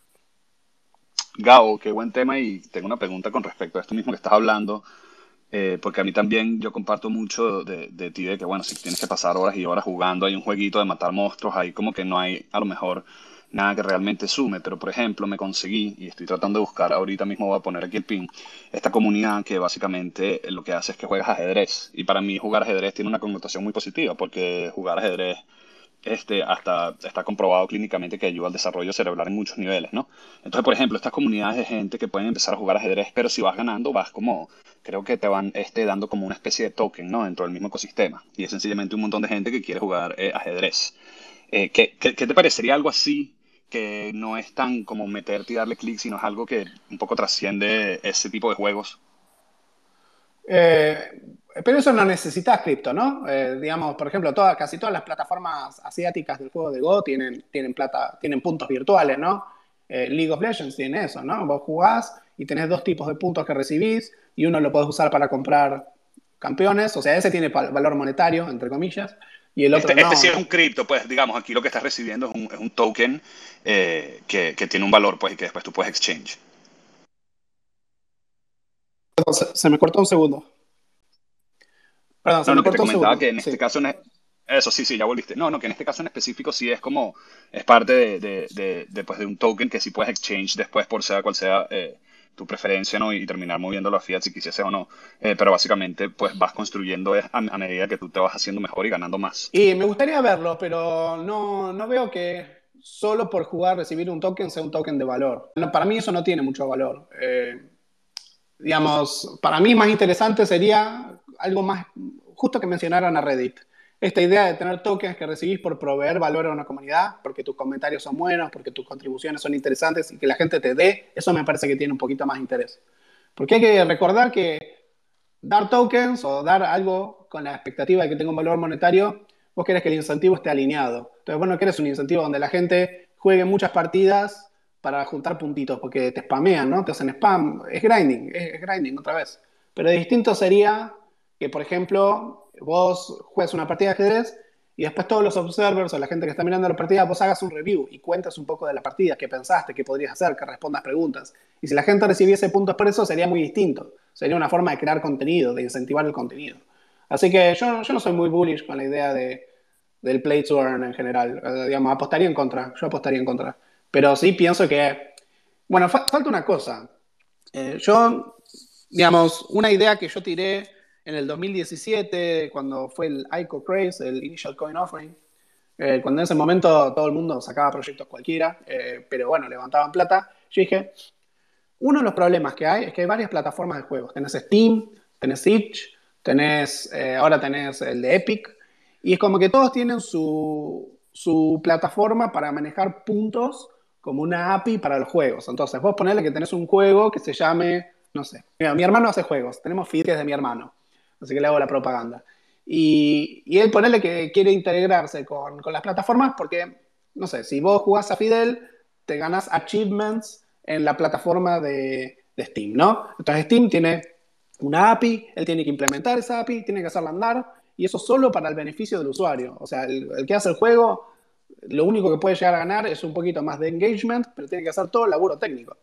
Gabo, qué buen tema y tengo una pregunta con respecto a esto mismo que estás hablando, eh, porque a mí también yo comparto mucho de, de ti de que, bueno, si tienes que pasar horas y horas jugando, hay un jueguito de matar monstruos, ahí como que no hay a lo mejor nada que realmente sume, pero por ejemplo me conseguí, y estoy tratando de buscar, ahorita mismo voy a poner aquí el pin, esta comunidad que básicamente lo que hace es que juegas ajedrez, y para mí jugar ajedrez tiene una connotación muy positiva, porque jugar ajedrez este, hasta está comprobado clínicamente que ayuda al desarrollo cerebral en muchos niveles, ¿no? Entonces, por ejemplo, estas comunidades de gente que pueden empezar a jugar ajedrez, pero si vas ganando, vas como, creo que te van este, dando como una especie de token, ¿no? Dentro del mismo ecosistema. Y es sencillamente un montón de gente que quiere jugar eh, ajedrez. Eh, ¿qué, qué, qué te parecería algo así? Que no es tan como meterte y darle clic, sino es algo que un poco trasciende ese tipo de juegos. Eh, pero eso no necesita cripto, ¿no? Eh, digamos, por ejemplo, todas, casi todas las plataformas asiáticas del juego de Go tienen, tienen, plata, tienen puntos virtuales, ¿no? Eh, League of Legends tiene eso, ¿no? Vos jugás y tenés dos tipos de puntos que recibís y uno lo podés usar para comprar campeones, o sea, ese tiene valor monetario, entre comillas, y el otro Este, este sí es no. un cripto, pues digamos, aquí lo que estás recibiendo es un, es un token eh, que, que tiene un valor, pues, y que después tú puedes exchange. Perdón, se, se me cortó un segundo. Perdón, se No, me no, que te cortó un comentaba que segundo, en este sí. caso, en e- eso sí, sí, ya volviste. No, no, que en este caso en específico sí es como, es parte de, de, de, de, pues, de un token que sí puedes exchange después por sea cual sea eh, tu preferencia, ¿no? Y terminar moviéndolo a fiat si quisiese o no. Eh, pero básicamente, pues vas construyendo es a, a medida que tú te vas haciendo mejor y ganando más. Y me gustaría verlo, pero no, no veo que solo por jugar recibir un token sea un token de valor. No, para mí eso no tiene mucho valor. Eh, digamos, para mí más interesante sería algo más, justo que mencionaran a Reddit. Esta idea de tener tokens que recibís por proveer valor a una comunidad, porque tus comentarios son buenos, porque tus contribuciones son interesantes y que la gente te dé, eso me parece que tiene un poquito más interés. Porque hay que recordar que dar tokens o dar algo con la expectativa de que tenga un valor monetario, vos querés que el incentivo esté alineado. Entonces, vos no querés un incentivo donde la gente juegue muchas partidas para juntar puntitos, porque te spamean, ¿no? Te hacen spam. Es grinding, es, es grinding otra vez. Pero distinto sería que, por ejemplo, vos juegues una partida de ajedrez y después todos los observers o la gente que está mirando la partida, vos hagas un review y cuentas un poco de la partida, qué pensaste, qué podrías hacer, que respondas preguntas. Y si la gente recibiese puntos por eso, sería muy distinto. Sería una forma de crear contenido, de incentivar el contenido. Así que yo, yo no soy muy bullish con la idea de, del play to earn en general. Eh, digamos, apostaría en contra. Yo apostaría en contra. Pero sí pienso que, bueno, fa falta una cosa. Eh, yo, digamos, una idea que yo tiré en el dos mil diecisiete, cuando fue el I C O Craze, el Initial Coin Offering, eh, cuando en ese momento todo el mundo sacaba proyectos cualquiera, eh, pero bueno, levantaban plata, yo dije, uno de los problemas que hay es que hay varias plataformas de juegos. Tenés Steam, tenés Itch, tenés, eh, ahora tenés el de Epic, y es como que todos tienen su, su plataforma para manejar puntos como una A P I para los juegos. Entonces, vos ponele que tenés un juego que se llame, no sé, mira, mi hermano hace juegos, tenemos feed que es de mi hermano, así que le hago la propaganda. Y, y él ponele que quiere integrarse con, con las plataformas porque, no sé, si vos jugás a Fidel, te ganas achievements en la plataforma de, de Steam, ¿no? Entonces Steam tiene una A P I, él tiene que implementar esa A P I, tiene que hacerla andar, y eso solo para el beneficio del usuario. O sea, el, el que hace el juego, lo único que puede llegar a ganar es un poquito más de engagement, pero tiene que hacer todo el laburo técnico.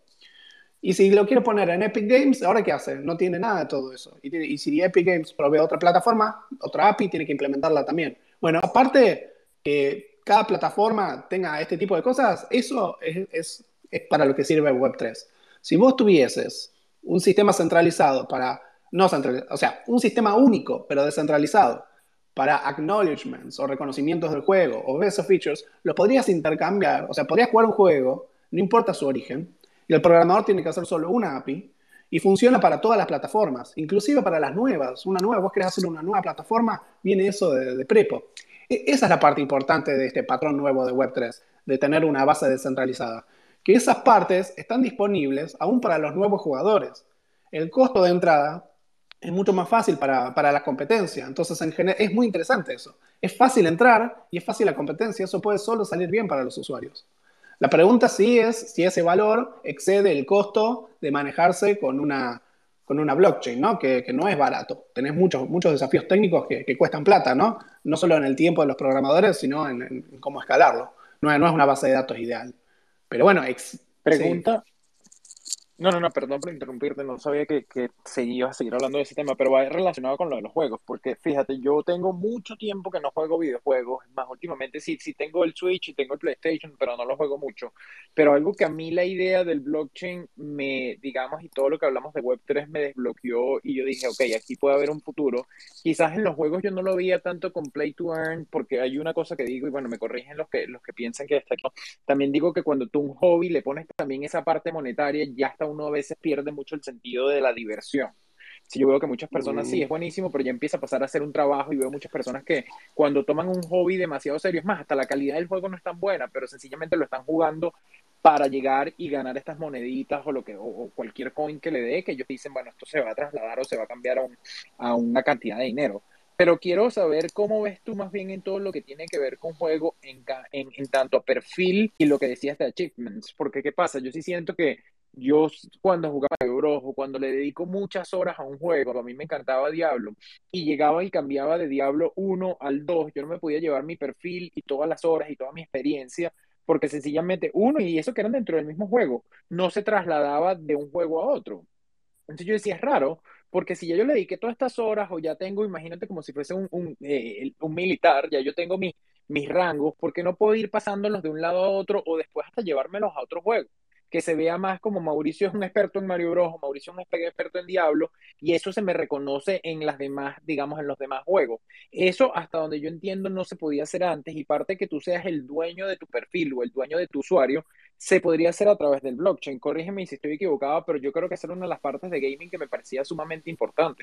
Y si lo quiere poner en Epic Games, ¿ahora qué hace? No tiene nada de todo eso. Y, tiene, y si Epic Games provee otra plataforma, otra A P I, tiene que implementarla también. Bueno, aparte que cada plataforma tenga este tipo de cosas, eso es, es, es para lo que sirve web tres. Si vos tuvieses un sistema centralizado para, no centralizado, o sea, un sistema único, pero descentralizado, para acknowledgements o reconocimientos del juego o best of features, lo podrías intercambiar. O sea, podrías jugar un juego, no importa su origen, y el programador tiene que hacer solo una A P I y funciona para todas las plataformas, inclusive para las nuevas. Una nueva, vos querés hacer una nueva plataforma, viene eso de, de prepo. E esa es la parte importante de este patrón nuevo de web tres, de tener una base descentralizada. Que esas partes están disponibles aún para los nuevos jugadores. El costo de entrada es mucho más fácil para, para la competencia. Entonces, en general, es muy interesante eso. Es fácil entrar y es fácil la competencia. Eso puede solo salir bien para los usuarios. La pregunta sí es si ese valor excede el costo de manejarse con una, con una blockchain, ¿no? Que, que no es barato. Tenés muchos, muchos desafíos técnicos que, que cuestan plata, ¿no? No solo en el tiempo de los programadores, sino en, en cómo escalarlo. No, no es una base de datos ideal. Pero bueno, ex, Pregunta, no, no, no, perdón por interrumpirte, no sabía que, que se iba a seguir hablando de ese tema, pero va relacionado con lo de los juegos, porque fíjate, yo tengo mucho tiempo que no juego videojuegos, más últimamente sí, sí tengo el Switch y tengo el PlayStation, pero no lo juego mucho. Pero algo que a mí la idea del blockchain me, digamos, y todo lo que hablamos de web tres me desbloqueó y yo dije, ok, aquí puede haber un futuro. Quizás en los juegos yo no lo veía tanto con Play to Earn, porque hay una cosa que digo, y bueno, me corrigen los que, los que piensan que está aquí. También digo que cuando tú un hobby le pones también esa parte monetaria, ya hasta uno a veces pierde mucho el sentido de la diversión. Si yo veo que muchas personas sí, es buenísimo, pero ya empieza a pasar a ser un trabajo y veo muchas personas que cuando toman un hobby demasiado serio, es más, hasta la calidad del juego no es tan buena, pero sencillamente lo están jugando para llegar y ganar estas moneditas o lo que o, o cualquier coin que le dé, que ellos dicen, bueno, esto se va a trasladar o se va a cambiar a, un, a una cantidad de dinero. Pero quiero saber cómo ves tú más bien en todo lo que tiene que ver con juego en, en, en tanto a perfil y lo que decías de achievements. Porque, ¿qué pasa? Yo sí siento que yo cuando jugaba Mario Bros o cuando le dedico muchas horas a un juego, a mí me encantaba Diablo, y llegaba y cambiaba de Diablo uno al dos, yo no me podía llevar mi perfil y todas las horas y toda mi experiencia, porque sencillamente uno, y eso que eran dentro del mismo juego, no se trasladaba de un juego a otro. Entonces yo decía, es raro, porque si ya yo le dediqué todas estas horas, o ya tengo, imagínate como si fuese un, un, eh, un militar, ya yo tengo mi, mis rangos, ¿por qué no puedo ir pasándolos de un lado a otro o después hasta llevármelos a otro juego? Que se vea más como Mauricio es un experto en Mario Bros, o Mauricio es un experto en Diablo, y eso se me reconoce en las demás, digamos, en los demás juegos. Eso, hasta donde yo entiendo, no se podía hacer antes, y parte que tú seas el dueño de tu perfil o el dueño de tu usuario, se podría hacer a través del blockchain. Corrígeme si estoy equivocado, pero yo creo que esa era una de las partes de gaming que me parecía sumamente importante.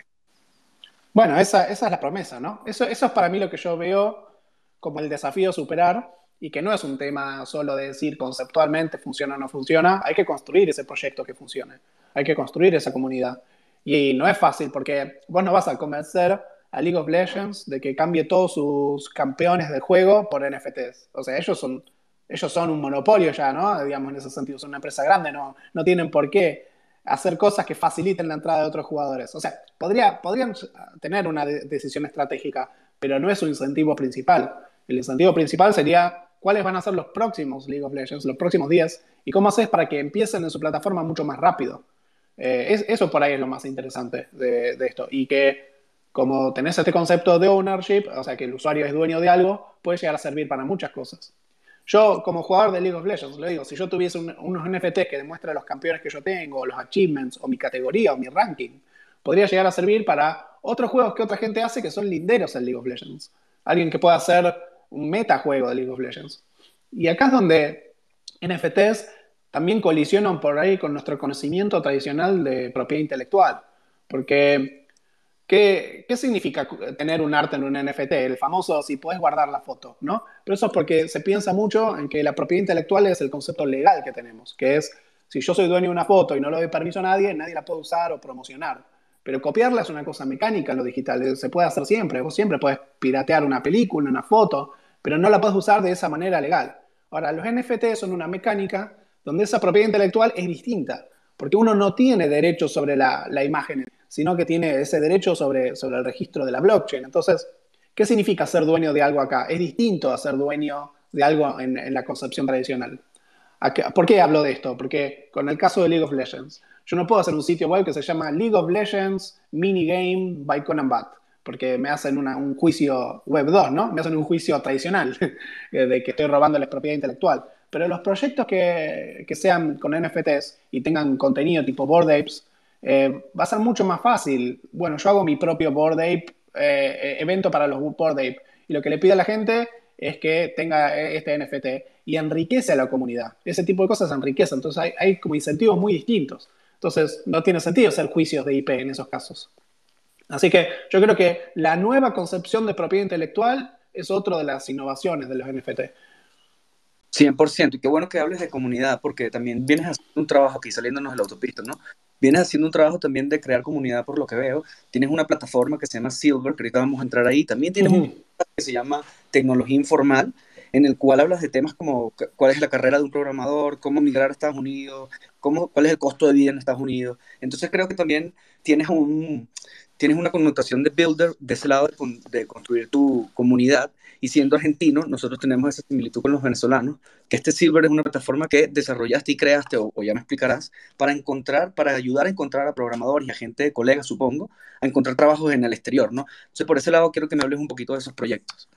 Bueno, esa, esa es la promesa, ¿no? Eso, eso es para mí lo que yo veo como el desafío a superar, y que no es un tema solo de decir conceptualmente funciona o no funciona. Hay que construir ese proyecto que funcione. Hay que construir esa comunidad. Y no es fácil porque vos no vas a convencer a League of Legends de que cambie todos sus campeones del juego por N F Ts. O sea, ellos son, ellos son un monopolio ya, ¿no? Digamos, en ese sentido, son una empresa grande, no, no tienen por qué hacer cosas que faciliten la entrada de otros jugadores. O sea, podría, podrían tener una de decisión estratégica, pero no es su incentivo principal. El incentivo principal sería cuáles van a ser los próximos League of Legends, los próximos días, y cómo haces para que empiecen en su plataforma mucho más rápido. Eh, es, eso por ahí es lo más interesante de, de esto. Y que como tenés este concepto de ownership, o sea, que el usuario es dueño de algo, puede llegar a servir para muchas cosas. Yo, como jugador de League of Legends, le digo, si yo tuviese un, unos N F Ts que demuestran los campeones que yo tengo, los achievements, o mi categoría, o mi ranking, podría llegar a servir para otros juegos que otra gente hace que son linderos en League of Legends. Alguien que pueda hacer un metajuego de League of Legends. Y acá es donde N F Ts también colisionan por ahí con nuestro conocimiento tradicional de propiedad intelectual. Porque, ¿qué, qué significa tener un arte en un N F T? El famoso, si puedes guardar la foto, ¿no? Pero eso es porque se piensa mucho en que la propiedad intelectual es el concepto legal que tenemos, que es, si yo soy dueño de una foto y no le doy permiso a nadie, nadie la puede usar o promocionar. Pero copiarla es una cosa mecánica, lo digital, se puede hacer siempre. Vos siempre podés piratear una película, una foto, pero no la podés usar de esa manera legal. Ahora, los N F T son una mecánica donde esa propiedad intelectual es distinta, porque uno no tiene derecho sobre la, la imagen, sino que tiene ese derecho sobre, sobre el registro de la blockchain. Entonces, ¿qué significa ser dueño de algo acá? Es distinto a ser dueño de algo en, en la concepción tradicional. ¿Por qué hablo de esto? Porque con el caso de League of Legends, yo no puedo hacer un sitio web que se llama League of Legends Minigame by Conan Bat, porque me hacen una, un juicio web dos, ¿no? Me hacen un juicio tradicional de que estoy robándoles propiedad intelectual. Pero los proyectos que, que sean con N F Ts y tengan contenido tipo Bored Apes, eh, va a ser mucho más fácil. Bueno, yo hago mi propio Bored Ape, eh, evento para los Bored Ape, y lo que le pido a la gente es que tenga este N F T y enriquece a la comunidad. Ese tipo de cosas enriquecen. Entonces hay, hay como incentivos muy distintos. Entonces no tiene sentido hacer juicios de I P en esos casos. Así que yo creo que la nueva concepción de propiedad intelectual es otra de las innovaciones de los N F T. cien por ciento. Y qué bueno que hables de comunidad, porque también vienes haciendo un trabajo aquí, saliéndonos de la autopista, ¿no? Vienes haciendo un trabajo también de crear comunidad, por lo que veo. Tienes una plataforma que se llama Silver, que ahorita vamos a entrar ahí. También tienes uh-huh. un podcast que se llama Tecnología Informal, en el cual hablas de temas como cuál es la carrera de un programador, cómo migrar a Estados Unidos, cómo, cuál es el costo de vida en Estados Unidos. Entonces creo que también tienes, un, tienes una connotación de builder de ese lado de, de construir tu comunidad. Y siendo argentino, nosotros tenemos esa similitud con los venezolanos, que este Silver es una plataforma que desarrollaste y creaste, o, o ya me explicarás, para encontrar, para ayudar a encontrar a programadores y a gente de colegas, supongo, a encontrar trabajos en el exterior, ¿no? Entonces, por ese lado, quiero que me hables un poquito de esos proyectos.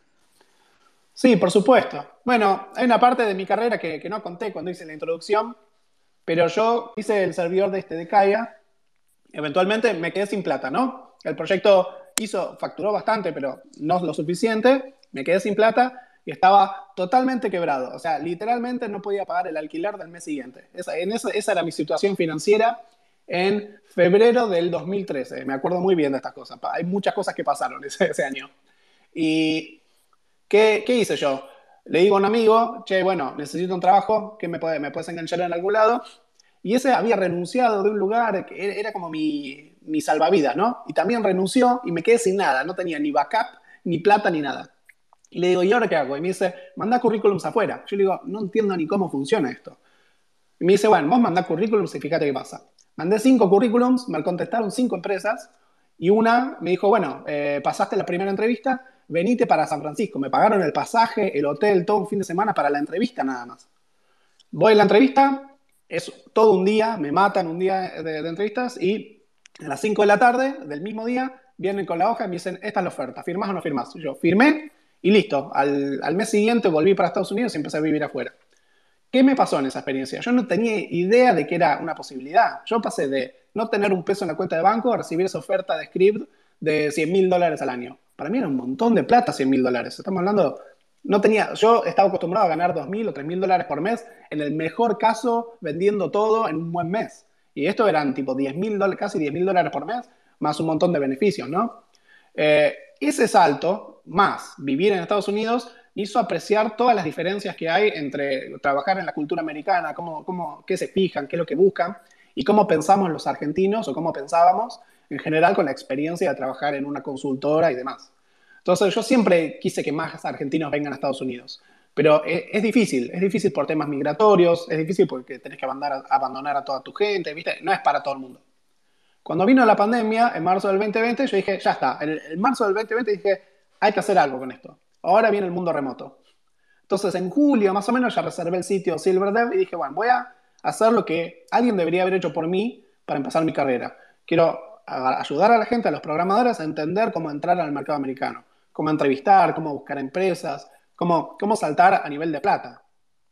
Sí, por supuesto. Bueno, hay una parte de mi carrera que, que no conté cuando hice la introducción, pero yo hice el servidor de este de Kaya. Eventualmente me quedé sin plata, ¿no? El proyecto hizo, facturó bastante, pero no lo suficiente. Me quedé sin plata y estaba totalmente quebrado. O sea, literalmente no podía pagar el alquiler del mes siguiente. Esa, en esa, esa era mi situación financiera en febrero del dos mil trece. Me acuerdo muy bien de estas cosas. Hay muchas cosas que pasaron ese, ese año. Y ¿qué, ¿qué hice yo? Le digo a un amigo, che, bueno, necesito un trabajo, ¿qué me, puede, me puedes enganchar en algún lado? Y ese había renunciado de un lugar que era como mi, mi salvavidas, ¿no? Y también renunció y me quedé sin nada. No tenía ni backup, ni plata, ni nada. Y le digo, ¿y ahora qué hago? Y me dice, manda currículums afuera. Yo le digo, no entiendo ni cómo funciona esto. Y me dice, bueno, vos mandá currículums y fíjate qué pasa. Mandé cinco currículums, me contestaron cinco empresas y una me dijo, bueno, eh, pasaste la primera entrevista, venite para San Francisco. Me pagaron el pasaje, el hotel, todo un fin de semana para la entrevista nada más. Voy a la entrevista, es todo un día, me matan un día de, de entrevistas y a las cinco de la tarde del mismo día vienen con la hoja y me dicen, esta es la oferta, ¿firmás o no firmás? Yo firmé. Y listo, al, al mes siguiente volví para Estados Unidos y empecé a vivir afuera. ¿Qué me pasó en esa experiencia? Yo no tenía idea de que era una posibilidad. Yo pasé de no tener un peso en la cuenta de banco a recibir esa oferta de Script de cien mil dólares al año. Para mí era un montón de plata, cien mil dólares. Estamos hablando, no tenía, yo estaba acostumbrado a ganar dos mil o tres mil dólares por mes, en el mejor caso vendiendo todo en un buen mes. Y esto eran tipo diez mil dólares, casi diez mil dólares por mes, más un montón de beneficios, ¿no? Eh, ese salto, más vivir en Estados Unidos, hizo apreciar todas las diferencias que hay entre trabajar en la cultura americana, cómo, cómo, qué se fijan, qué es lo que buscan, y cómo pensamos los argentinos, o cómo pensábamos en general con la experiencia de trabajar en una consultora y demás. Entonces yo siempre quise que más argentinos vengan a Estados Unidos, pero es, es difícil, es difícil por temas migratorios, es difícil porque tenés que abandonar, abandonar a toda tu gente, ¿viste? No es para todo el mundo. Cuando vino la pandemia, en marzo del veinte veinte, yo dije, ya está. En, en marzo del veinte veinte dije, hay que hacer algo con esto. Ahora viene el mundo remoto. Entonces, en julio, más o menos, ya reservé el sitio SilverDev y dije, bueno, voy a hacer lo que alguien debería haber hecho por mí para empezar mi carrera. Quiero ayudar a la gente, a los programadores, a entender cómo entrar al mercado americano, cómo entrevistar, cómo buscar empresas, cómo, cómo saltar a nivel de plata.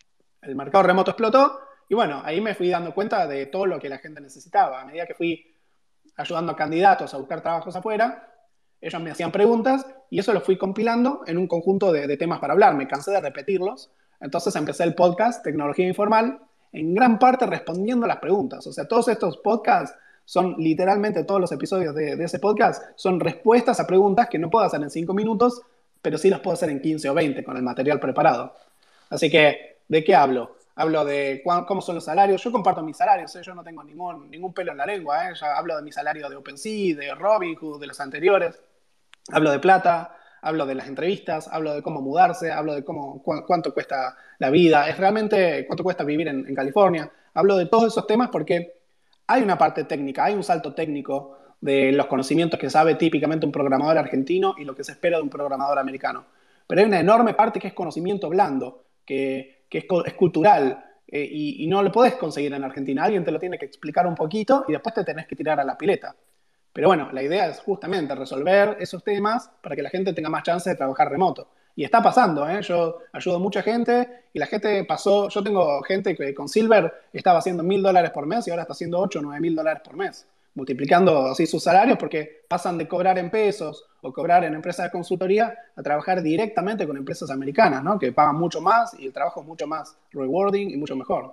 El mercado remoto explotó y bueno, ahí me fui dando cuenta de todo lo que la gente necesitaba. A medida que fui ayudando a candidatos a buscar trabajos afuera, ellos me hacían preguntas y eso lo fui compilando en un conjunto de, de temas para hablar. Me cansé de repetirlos, entonces empecé el podcast Tecnología Informal, en gran parte respondiendo a las preguntas. O sea, todos estos podcasts son literalmente, todos los episodios de, de ese podcast son respuestas a preguntas que no puedo hacer en cinco minutos, pero sí las puedo hacer en quince o veinte con el material preparado. Así que, ¿de qué hablo? Hablo de cómo son los salarios. Yo comparto mis salarios, ¿eh? Yo no tengo ningún, ningún pelo en la lengua, ¿eh? Ya hablo de mi salario de OpenSea, de Robinhood, de los anteriores. Hablo de plata, hablo de las entrevistas, hablo de cómo mudarse, hablo de cómo, cu cuánto cuesta la vida, es realmente cuánto cuesta vivir en, en California. Hablo de todos esos temas porque hay una parte técnica, hay un salto técnico de los conocimientos que sabe típicamente un programador argentino y lo que se espera de un programador americano. Pero hay una enorme parte que es conocimiento blando, que, que es, es cultural, eh, y, y no lo podés conseguir en Argentina. Alguien te lo tiene que explicar un poquito y después te tenés que tirar a la pileta. Pero bueno, la idea es justamente resolver esos temas para que la gente tenga más chance de trabajar remoto. Y está pasando, ¿eh? Yo ayudo a mucha gente y la gente pasó, yo tengo gente que con Silver estaba haciendo mil dólares por mes y ahora está haciendo ocho o nueve mil dólares por mes, multiplicando así sus salarios porque pasan de cobrar en pesos o cobrar en empresas de consultoría a trabajar directamente con empresas americanas, ¿no? Que pagan mucho más y el trabajo es mucho más rewarding y mucho mejor.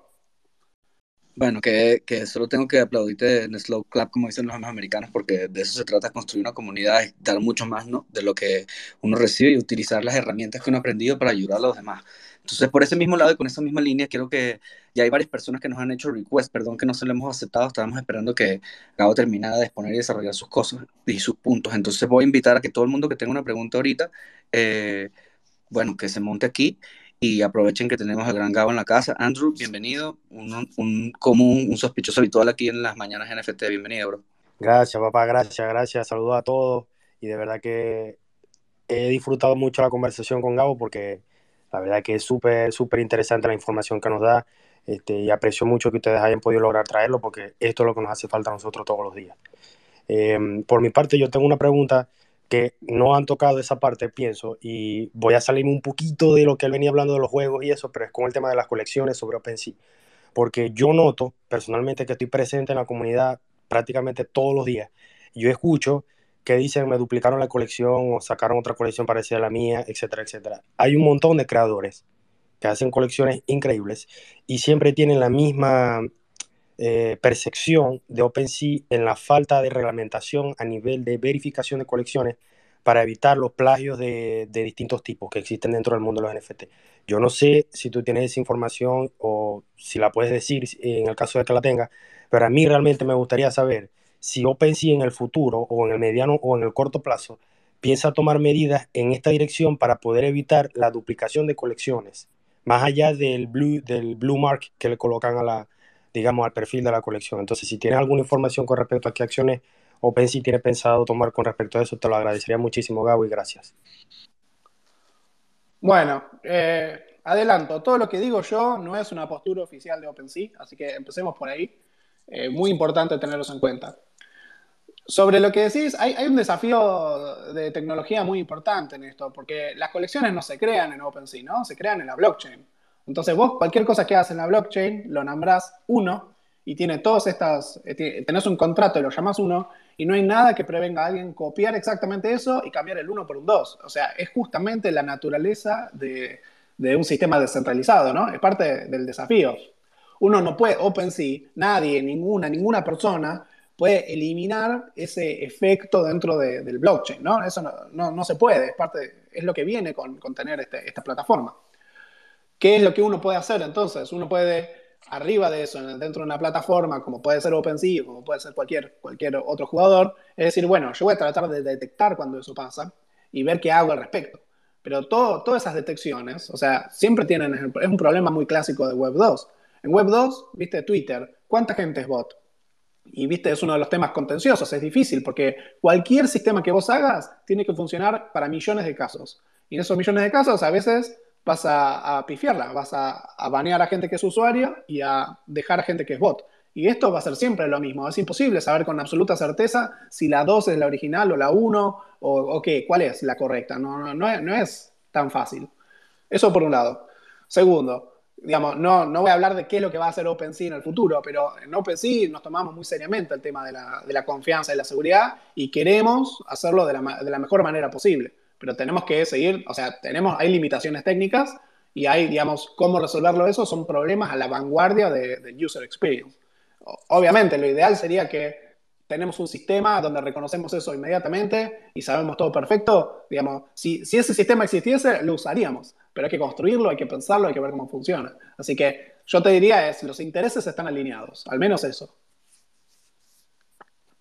Bueno, que, que solo tengo que aplaudirte en slow clap, como dicen los americanos, porque de eso se trata, construir una comunidad, es dar mucho más, ¿no?, de lo que uno recibe y utilizar las herramientas que uno ha aprendido para ayudar a los demás. Entonces, por ese mismo lado y con esa misma línea, quiero que ya hay varias personas que nos han hecho request, perdón que no se lo hemos aceptado, estábamos esperando que Gabo terminara de exponer y desarrollar sus cosas y sus puntos. Entonces voy a invitar a que todo el mundo que tenga una pregunta ahorita, eh, bueno, que se monte aquí y aprovechen que tenemos al gran Gabo en la casa. Andrew, bienvenido, un, un común, un sospechoso habitual aquí en las mañanas N F T. Bienvenido, bro. Gracias, papá, gracias, gracias. Saludos a todos y de verdad que he disfrutado mucho la conversación con Gabo porque la verdad que es súper, súper interesante la información que nos da, este, y aprecio mucho que ustedes hayan podido lograr traerlo porque esto es lo que nos hace falta a nosotros todos los días. Eh, por mi parte, yo tengo una pregunta que no han tocado esa parte, pienso, y voy a salirme un poquito de lo que él venía hablando de los juegos y eso, pero es con el tema de las colecciones sobre OpenSea, porque yo noto personalmente que estoy presente en la comunidad prácticamente todos los días. Yo escucho que dicen me duplicaron la colección o sacaron otra colección parecida a la mía, etcétera, etcétera. Hay un montón de creadores que hacen colecciones increíbles y siempre tienen la misma eh, percepción de OpenSea en la falta de reglamentación a nivel de verificación de colecciones para evitar los plagios de, de distintos tipos que existen dentro del mundo de los N F T. Yo no sé si tú tienes esa información o si la puedes decir en el caso de que la tengas, pero a mí realmente me gustaría saber si OpenSea en el futuro o en el mediano o en el corto plazo piensa tomar medidas en esta dirección para poder evitar la duplicación de colecciones, más allá del blue, del blue mark que le colocan a la, digamos, al perfil de la colección. Entonces, si tienes alguna información con respecto a qué acciones OpenSea tiene pensado tomar con respecto a eso, te lo agradecería muchísimo, Gabo, y gracias. Bueno, eh, adelanto, todo lo que digo yo no es una postura oficial de OpenSea, así que empecemos por ahí. Eh, muy importante tenerlos en cuenta. Sobre lo que decís, hay, hay un desafío de tecnología muy importante en esto, porque las colecciones no se crean en OpenSea, ¿no? Se crean en la blockchain. Entonces vos, cualquier cosa que hagas en la blockchain, lo nombrás uno y tiene todas estas, tenés un contrato y lo llamás uno, y no hay nada que prevenga a alguien copiar exactamente eso y cambiar el uno por un dos. O sea, es justamente la naturaleza de, de un sistema descentralizado, ¿no? Es parte del desafío. Uno no puede, OpenSea, nadie, ninguna, ninguna persona puede eliminar ese efecto dentro de, del blockchain, ¿no? Eso no, no, no se puede, es, parte, es lo que viene con, con tener este, esta plataforma. ¿Qué es lo que uno puede hacer entonces? Uno puede, arriba de eso, dentro de una plataforma, como puede ser OpenSea, como puede ser cualquier, cualquier otro jugador, es decir, bueno, yo voy a tratar de detectar cuando eso pasa y ver qué hago al respecto. Pero todo, todas esas detecciones, o sea, siempre tienen, es un problema muy clásico de Web dos. En Web dos, viste, Twitter, ¿cuánta gente es bot? Y viste, es uno de los temas contenciosos, es difícil, porque cualquier sistema que vos hagas tiene que funcionar para millones de casos. Y en esos millones de casos a veces vas a, a pifiarla, vas a, a banear a gente que es usuario y a dejar a gente que es bot. Y esto va a ser siempre lo mismo, es imposible saber con absoluta certeza si la dos es la original o la uno, o, o qué, cuál es la correcta. No, no, no, es, no es tan fácil. Eso por un lado. Segundo, digamos, no, no voy a hablar de qué es lo que va a hacer OpenSea en el futuro, pero en OpenSea nos tomamos muy seriamente el tema de la, de la confianza y la seguridad y queremos hacerlo de la, de la mejor manera posible. Pero tenemos que seguir, o sea, tenemos, hay limitaciones técnicas y hay, digamos, cómo resolverlo eso, son problemas a la vanguardia de, de user experience. Obviamente, lo ideal sería que tenemos un sistema donde reconocemos eso inmediatamente y sabemos todo perfecto. Digamos, si, si ese sistema existiese, lo usaríamos. Pero hay que construirlo, hay que pensarlo, hay que ver cómo funciona. Así que yo te diría es, los intereses están alineados, al menos eso.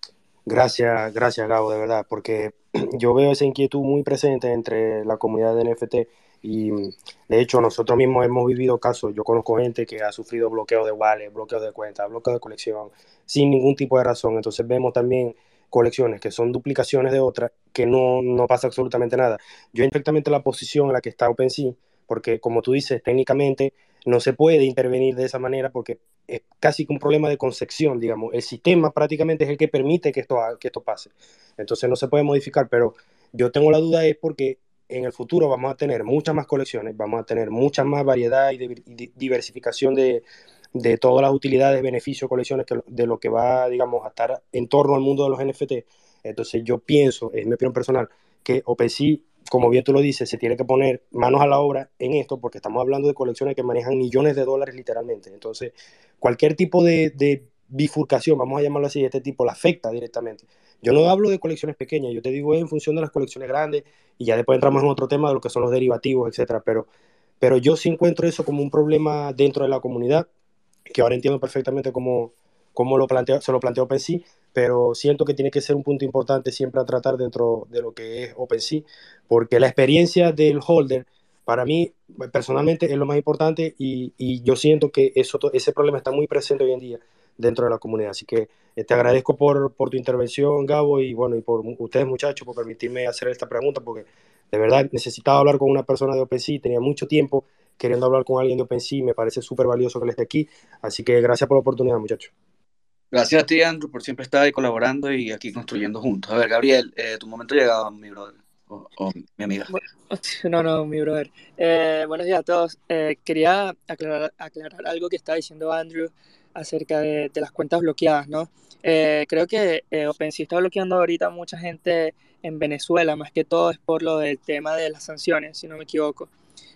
Gracias, gracias Gabo, de verdad, porque yo veo esa inquietud muy presente entre la comunidad de N F T y de hecho nosotros mismos hemos vivido casos, yo conozco gente que ha sufrido bloqueo de wallet, bloqueo de cuenta, bloqueo de colección, sin ningún tipo de razón. Entonces vemos también colecciones que son duplicaciones de otras, que no, no pasa absolutamente nada. Yo entiendo perfectamente la posición en la que está OpenSea, porque como tú dices, técnicamente no se puede intervenir de esa manera porque es casi que un problema de concepción, digamos. El sistema prácticamente es el que permite que esto, que esto pase. Entonces no se puede modificar, pero yo tengo la duda es porque en el futuro vamos a tener muchas más colecciones, vamos a tener mucha más variedad y, de, y diversificación de, de todas las utilidades, beneficios, colecciones que, de lo que va, digamos, a estar en torno al mundo de los N F T. Entonces yo pienso, es mi opinión personal, que OpenSea, como bien tú lo dices, se tiene que poner manos a la obra en esto porque estamos hablando de colecciones que manejan millones de dólares literalmente. Entonces, cualquier tipo de, de bifurcación, vamos a llamarlo así, de este tipo, la afecta directamente. Yo no hablo de colecciones pequeñas, yo te digo en función de las colecciones grandes y ya después entramos en otro tema de lo que son los derivativos, etcétera. Pero, pero yo sí encuentro eso como un problema dentro de la comunidad, que ahora entiendo perfectamente cómo, cómo lo planteo, se lo planteó OpenSea, pero siento que tiene que ser un punto importante siempre a tratar dentro de lo que es OpenSea, porque la experiencia del holder, para mí, personalmente, es lo más importante y, y yo siento que eso, ese problema está muy presente hoy en día dentro de la comunidad. Así que eh, te agradezco por, por tu intervención, Gabo, y bueno, y por ustedes, muchachos, por permitirme hacer esta pregunta, porque de verdad necesitaba hablar con una persona de OpenSea, tenía mucho tiempo queriendo hablar con alguien de OpenSea, me parece súper valioso que él esté aquí, así que gracias por la oportunidad, muchachos. Gracias a ti, Andrew, por siempre estar ahí colaborando y aquí construyendo juntos. A ver, Gabriel, eh, tu momento ha llegado, mi brother, o, o mi amiga. No, no, mi brother. Eh, buenos días a todos. Eh, quería aclarar, aclarar algo que estaba diciendo Andrew acerca de, de las cuentas bloqueadas, ¿no? Eh, creo que eh, OpenSea está bloqueando ahorita mucha gente en Venezuela, más que todo es por lo del tema de las sanciones, si no me equivoco.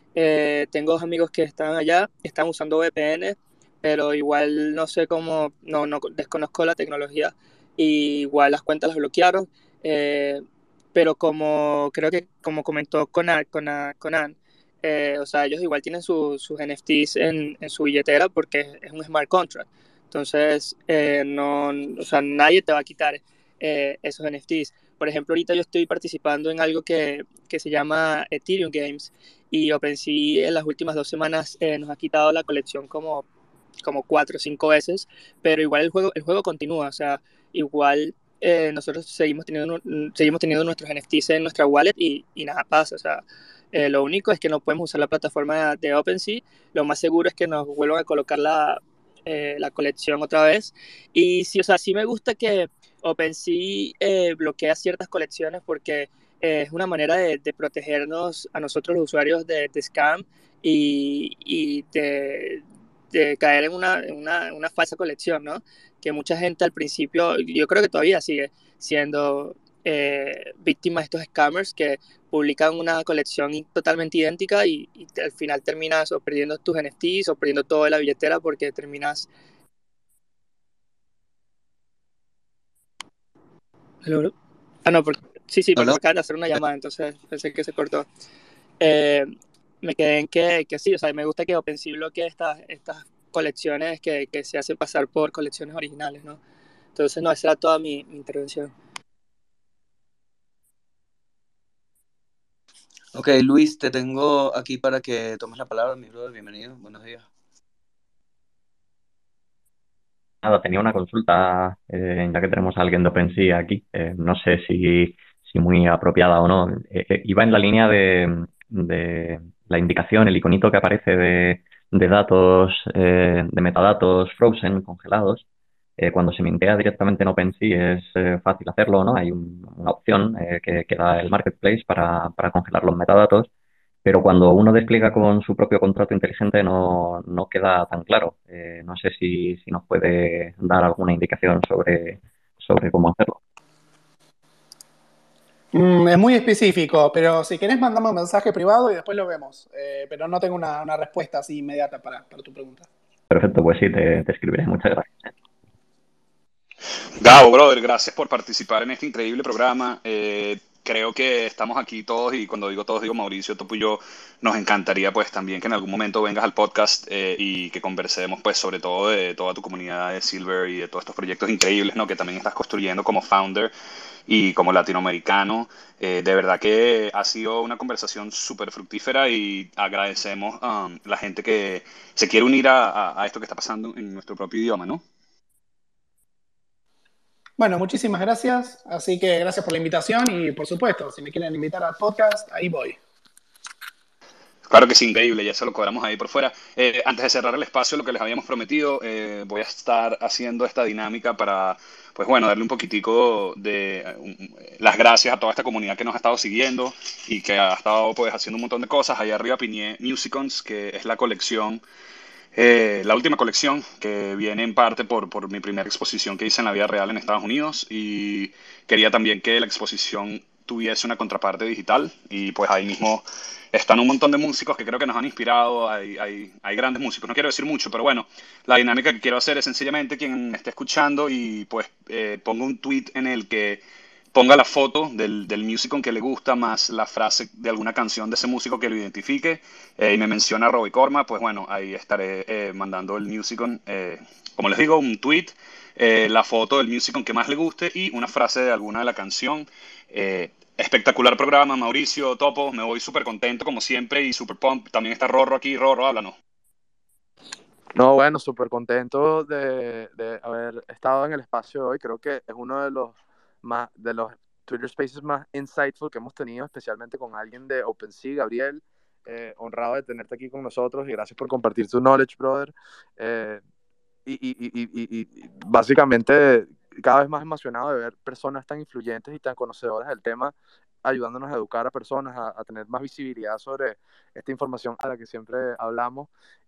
Eh, tengo dos amigos que están allá, están usando V P N, pero igual no sé cómo, no, no desconozco la tecnología, y igual las cuentas las bloquearon. Eh, pero como creo que como comentó Conan, Conan, Conan eh, o sea, ellos igual tienen su, sus N F Ts en, en, su billetera porque es un smart contract. Entonces, eh, no, o sea, nadie te va a quitar eh, esos N F Ts. Por ejemplo, ahorita yo estoy participando en algo que, que se llama Ethereum Games, y OpenSea en las últimas dos semanas eh, nos ha quitado la colección como, como cuatro o cinco veces, pero igual el juego, el juego continúa, o sea, igual eh, nosotros seguimos teniendo, seguimos teniendo nuestros N F Ts en nuestra wallet y, y nada pasa, o sea, eh, lo único es que no podemos usar la plataforma de OpenSea, lo más seguro es que nos vuelvan a colocar la, eh, la colección otra vez, y sí, o sea, sí me gusta que OpenSea eh, bloquea ciertas colecciones porque eh, es una manera de, de, protegernos a nosotros los usuarios de, de scam y, y de, de, caer en una, en una, una falsa colección, ¿no? Que mucha gente al principio, yo creo que todavía sigue siendo eh, víctima de estos scammers que publican una colección totalmente idéntica y, y al final terminas o perdiendo tus N F Ts o perdiendo toda la billetera porque terminas... ¿Hello? Ah, no, porque... sí, sí, porque me acaban de hacer una llamada, entonces pensé que se cortó. Eh, me quedé en que, que sí, o sea, me gusta que OpenSea bloquee estas, estas colecciones que, que se hacen pasar por colecciones originales, ¿no? Entonces, no, esa era toda mi, mi intervención. Ok, Luis, te tengo aquí para que tomes la palabra, mi brother, bienvenido, buenos días. Nada, tenía una consulta, eh, ya que tenemos a alguien de OpenSea aquí, eh, no sé si, si muy apropiada o no. Eh, eh, iba en la línea de, de la indicación, el iconito que aparece de, de datos, eh, de metadatos frozen, congelados. Eh, cuando se mintea directamente en OpenSea es eh, fácil hacerlo, ¿no? Hay un, una opción eh, que, que da el marketplace para, para congelar los metadatos. Pero cuando uno despliega con su propio contrato inteligente no, no queda tan claro. Eh, no sé si, si nos puede dar alguna indicación sobre, sobre cómo hacerlo. Mm, es muy específico, pero si querés mandame un mensaje privado y después lo vemos. Eh, pero no tengo una, una respuesta así inmediata para, para tu pregunta. Perfecto, pues sí, te, te escribiré. Muchas gracias. Gabo, brother, gracias por participar en este increíble programa. Eh, creo que estamos aquí todos, y cuando digo todos digo Mauricio, Topo y yo, nos encantaría pues también que en algún momento vengas al podcast eh, y que conversemos pues sobre todo de toda tu comunidad de Silver y de todos estos proyectos increíbles, ¿no? Que también estás construyendo como founder y como latinoamericano. Eh, de verdad que ha sido una conversación súper fructífera y agradecemos um, la gente que se quiere unir a, a, a esto que está pasando en nuestro propio idioma, ¿no? Bueno, muchísimas gracias. Así que gracias por la invitación y, por supuesto, si me quieren invitar al podcast, ahí voy. Claro que sí, increíble, ya se lo cobramos ahí por fuera. Eh, antes de cerrar el espacio, lo que les habíamos prometido, eh, voy a estar haciendo esta dinámica para, pues bueno, darle un poquitico de eh, un- las gracias a toda esta comunidad que nos ha estado siguiendo y que ha estado pues haciendo un montón de cosas. Allá arriba piñé Musicons, que es la colección, eh, la última colección que viene en parte por, por mi primera exposición que hice en la vida real en Estados Unidos, y quería también que la exposición tuviese una contraparte digital, y pues ahí mismo están un montón de músicos que creo que nos han inspirado. Hay, hay, hay grandes músicos, no quiero decir mucho, pero bueno, la dinámica que quiero hacer es sencillamente quien me esté escuchando y pues eh, ponga un tweet en el que ponga la foto del, del músico que le gusta más la frase de alguna canción de ese músico que lo identifique, eh, y me menciona a Robbie Corma, pues bueno, ahí estaré eh, mandando el musicon, eh, como les digo, un tweet, eh, la foto del musicon que más le guste y una frase de alguna de la canción. Eh, espectacular programa, Mauricio, Topo, me voy súper contento como siempre y súper pump. También está Rorro aquí. Rorro, háblanos. No, bueno, súper contento de, de haber estado en el espacio hoy. Creo que es uno de los más de los Twitter Spaces más insightful que hemos tenido, especialmente con alguien de OpenSea, Gabriel. Eh, honrado de tenerte aquí con nosotros y gracias por compartir tu knowledge, brother. Eh, y, y, y, y, y básicamente cada vez más emocionado de ver personas tan influyentes y tan conocedoras del tema ayudándonos a educar a personas, a, a tener más visibilidad sobre esta información a la que siempre hablamos.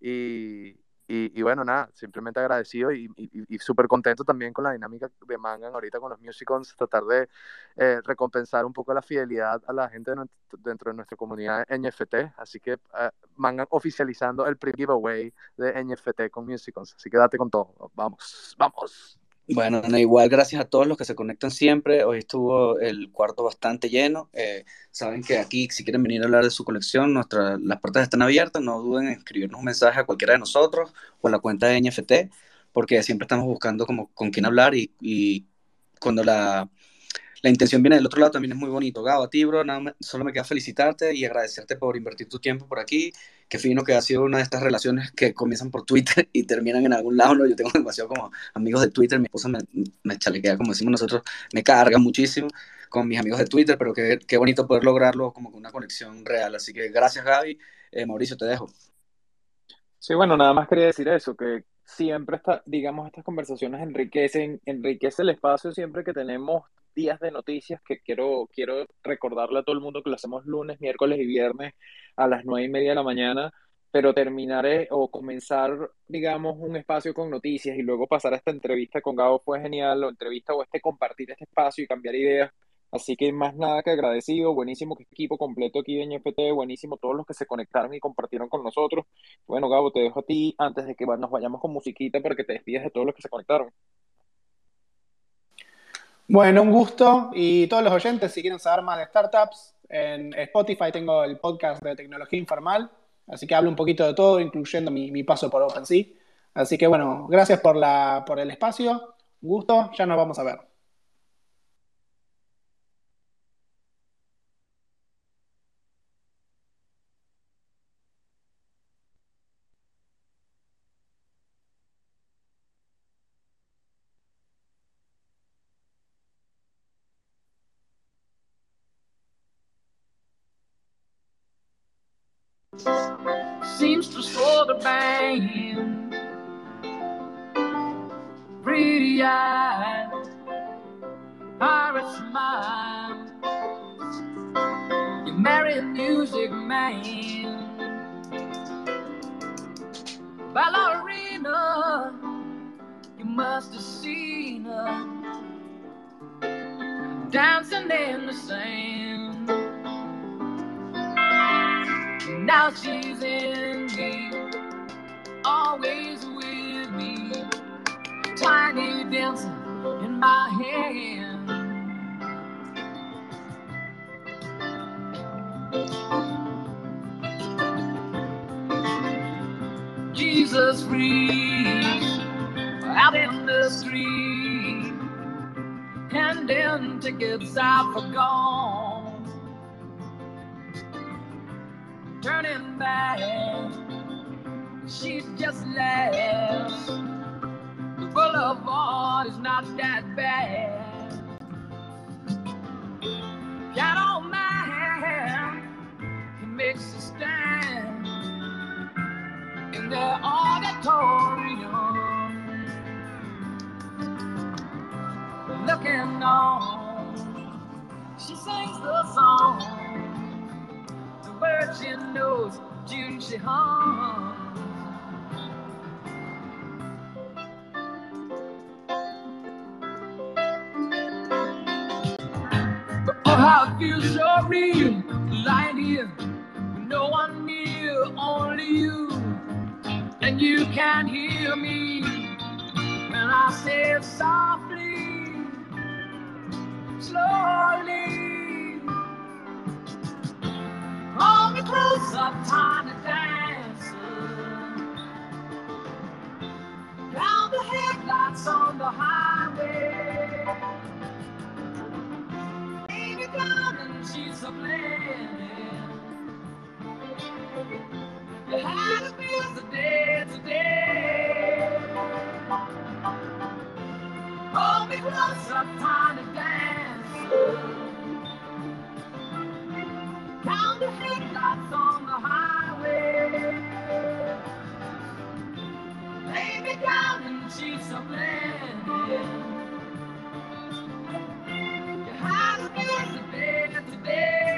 Y, y, y bueno, nada, simplemente agradecido y, y, y súper contento también con la dinámica de Mangan ahorita con los Musicons, tratar de eh, recompensar un poco la fidelidad a la gente de nuestro, dentro de nuestra comunidad N F T. Así que uh, Mangan oficializando el pre-giveaway de N F T con Musicons. Así que date con todo. Vamos, vamos. Bueno, no, igual gracias a todos los que se conectan siempre. Hoy estuvo el cuarto bastante lleno. Eh, saben que aquí, si quieren venir a hablar de su colección, nuestra, las puertas están abiertas. No duden en escribirnos un mensaje a cualquiera de nosotros o a la cuenta de N F T, porque siempre estamos buscando como con quién hablar, y, y cuando la, la intención viene del otro lado también es muy bonito. Gabo, a ti, bro, nada, me- solo me queda felicitarte y agradecerte por invertir tu tiempo por aquí. Qué fino que ha sido una de estas relaciones que comienzan por Twitter y terminan en algún lado, ¿no? Yo tengo demasiado como amigos de Twitter, mi esposa me, me chalequea, como decimos nosotros, me carga muchísimo con mis amigos de Twitter, pero qué, qué bonito poder lograrlo como con una conexión real. Así que gracias, Gaby. Eh, Mauricio, te dejo. Sí, bueno, nada más quería decir eso, que siempre está, digamos, estas conversaciones enriquecen, enriquece el espacio siempre que tenemos días de noticias, que quiero, quiero recordarle a todo el mundo que lo hacemos lunes, miércoles y viernes a las nueve y media de la mañana, pero terminaré o comenzar, digamos, un espacio con noticias y luego pasar a esta entrevista con Gabo fue genial, o entrevista o este compartir este espacio y cambiar ideas. Así que más nada que agradecido, buenísimo que equipo completo aquí de N F T, buenísimo todos los que se conectaron y compartieron con nosotros. Bueno, Gabo, te dejo a ti antes de que va- nos vayamos con musiquita para que te despides de todos los que se conectaron. Bueno, un gusto. Y todos los oyentes, si quieren saber más de startups, en Spotify tengo el podcast de tecnología informal, así que hablo un poquito de todo, incluyendo mi, mi paso por OpenSea. Así que bueno, gracias por la, por el espacio. Un gusto, ya nos vamos a ver. Seamstress for the band, pretty eyes, pirate smile. You marry a music man, ballerina. You must have seen her dancing in the sand. Now she's in me, always with me, tiny dancer in my hand. Jesus freeze out in the street, and then tickets out for gone. Turning back, she's just laughs. The boulevard is not that bad. Got on my hand, he makes a stand in the auditorium, looking on. She sings the song, the words she knows, tune she hums. But oh, how it feels so real, lying here with no one near, only you. And you can hear me when I say it softly, slowly. Hold me closer, tiny dancer. Count the headlights on the highway. Baby, down and she's a blending. You had to feel the day today. Hold me closer, tiny dancer. Count the headlights on the highway. Baby, down and she's a blending. You had to feel the day today.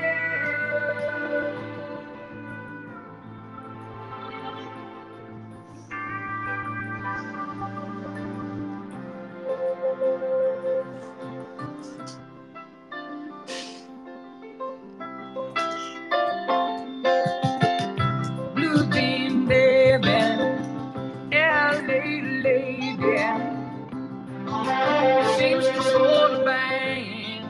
Blue jean baby, L A lady, seems to hold the band.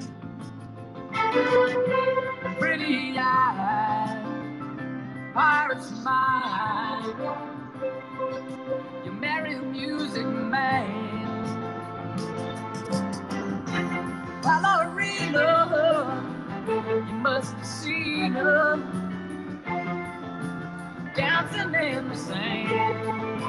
Pretty eyes, pirate smile. You marry a music man. Ballerina, you must have seen her dancing in the sand.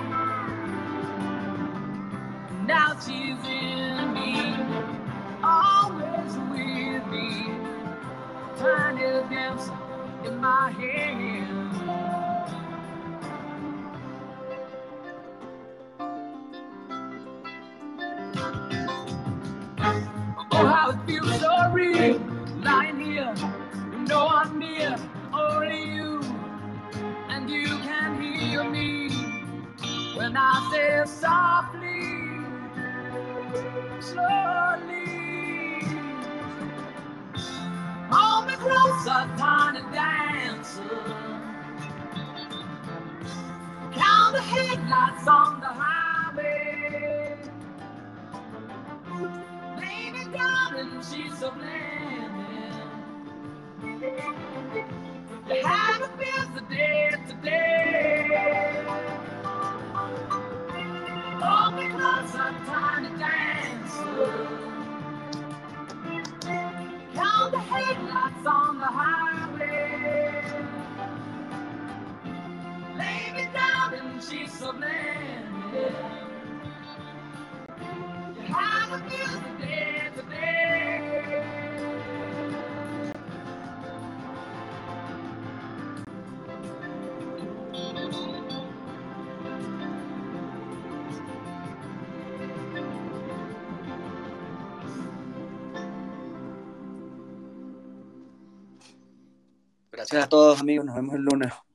Now she's in me, always with me. Tiny dancer in my hand. Oh, how it feels so real, lying here, with no one near, only you. And you can hear me when I say softly, slowly. Hold me closer, tiny dancer. Count the headlights on the highway. Baby, darling, she's so blended. You had to feel the day today. Hold me closer, tiny dancer. Count the headlights on the highway. Lay me down and she's so blended. You had to feel the day today. Gracias a todos, amigos. Nos vemos el lunes.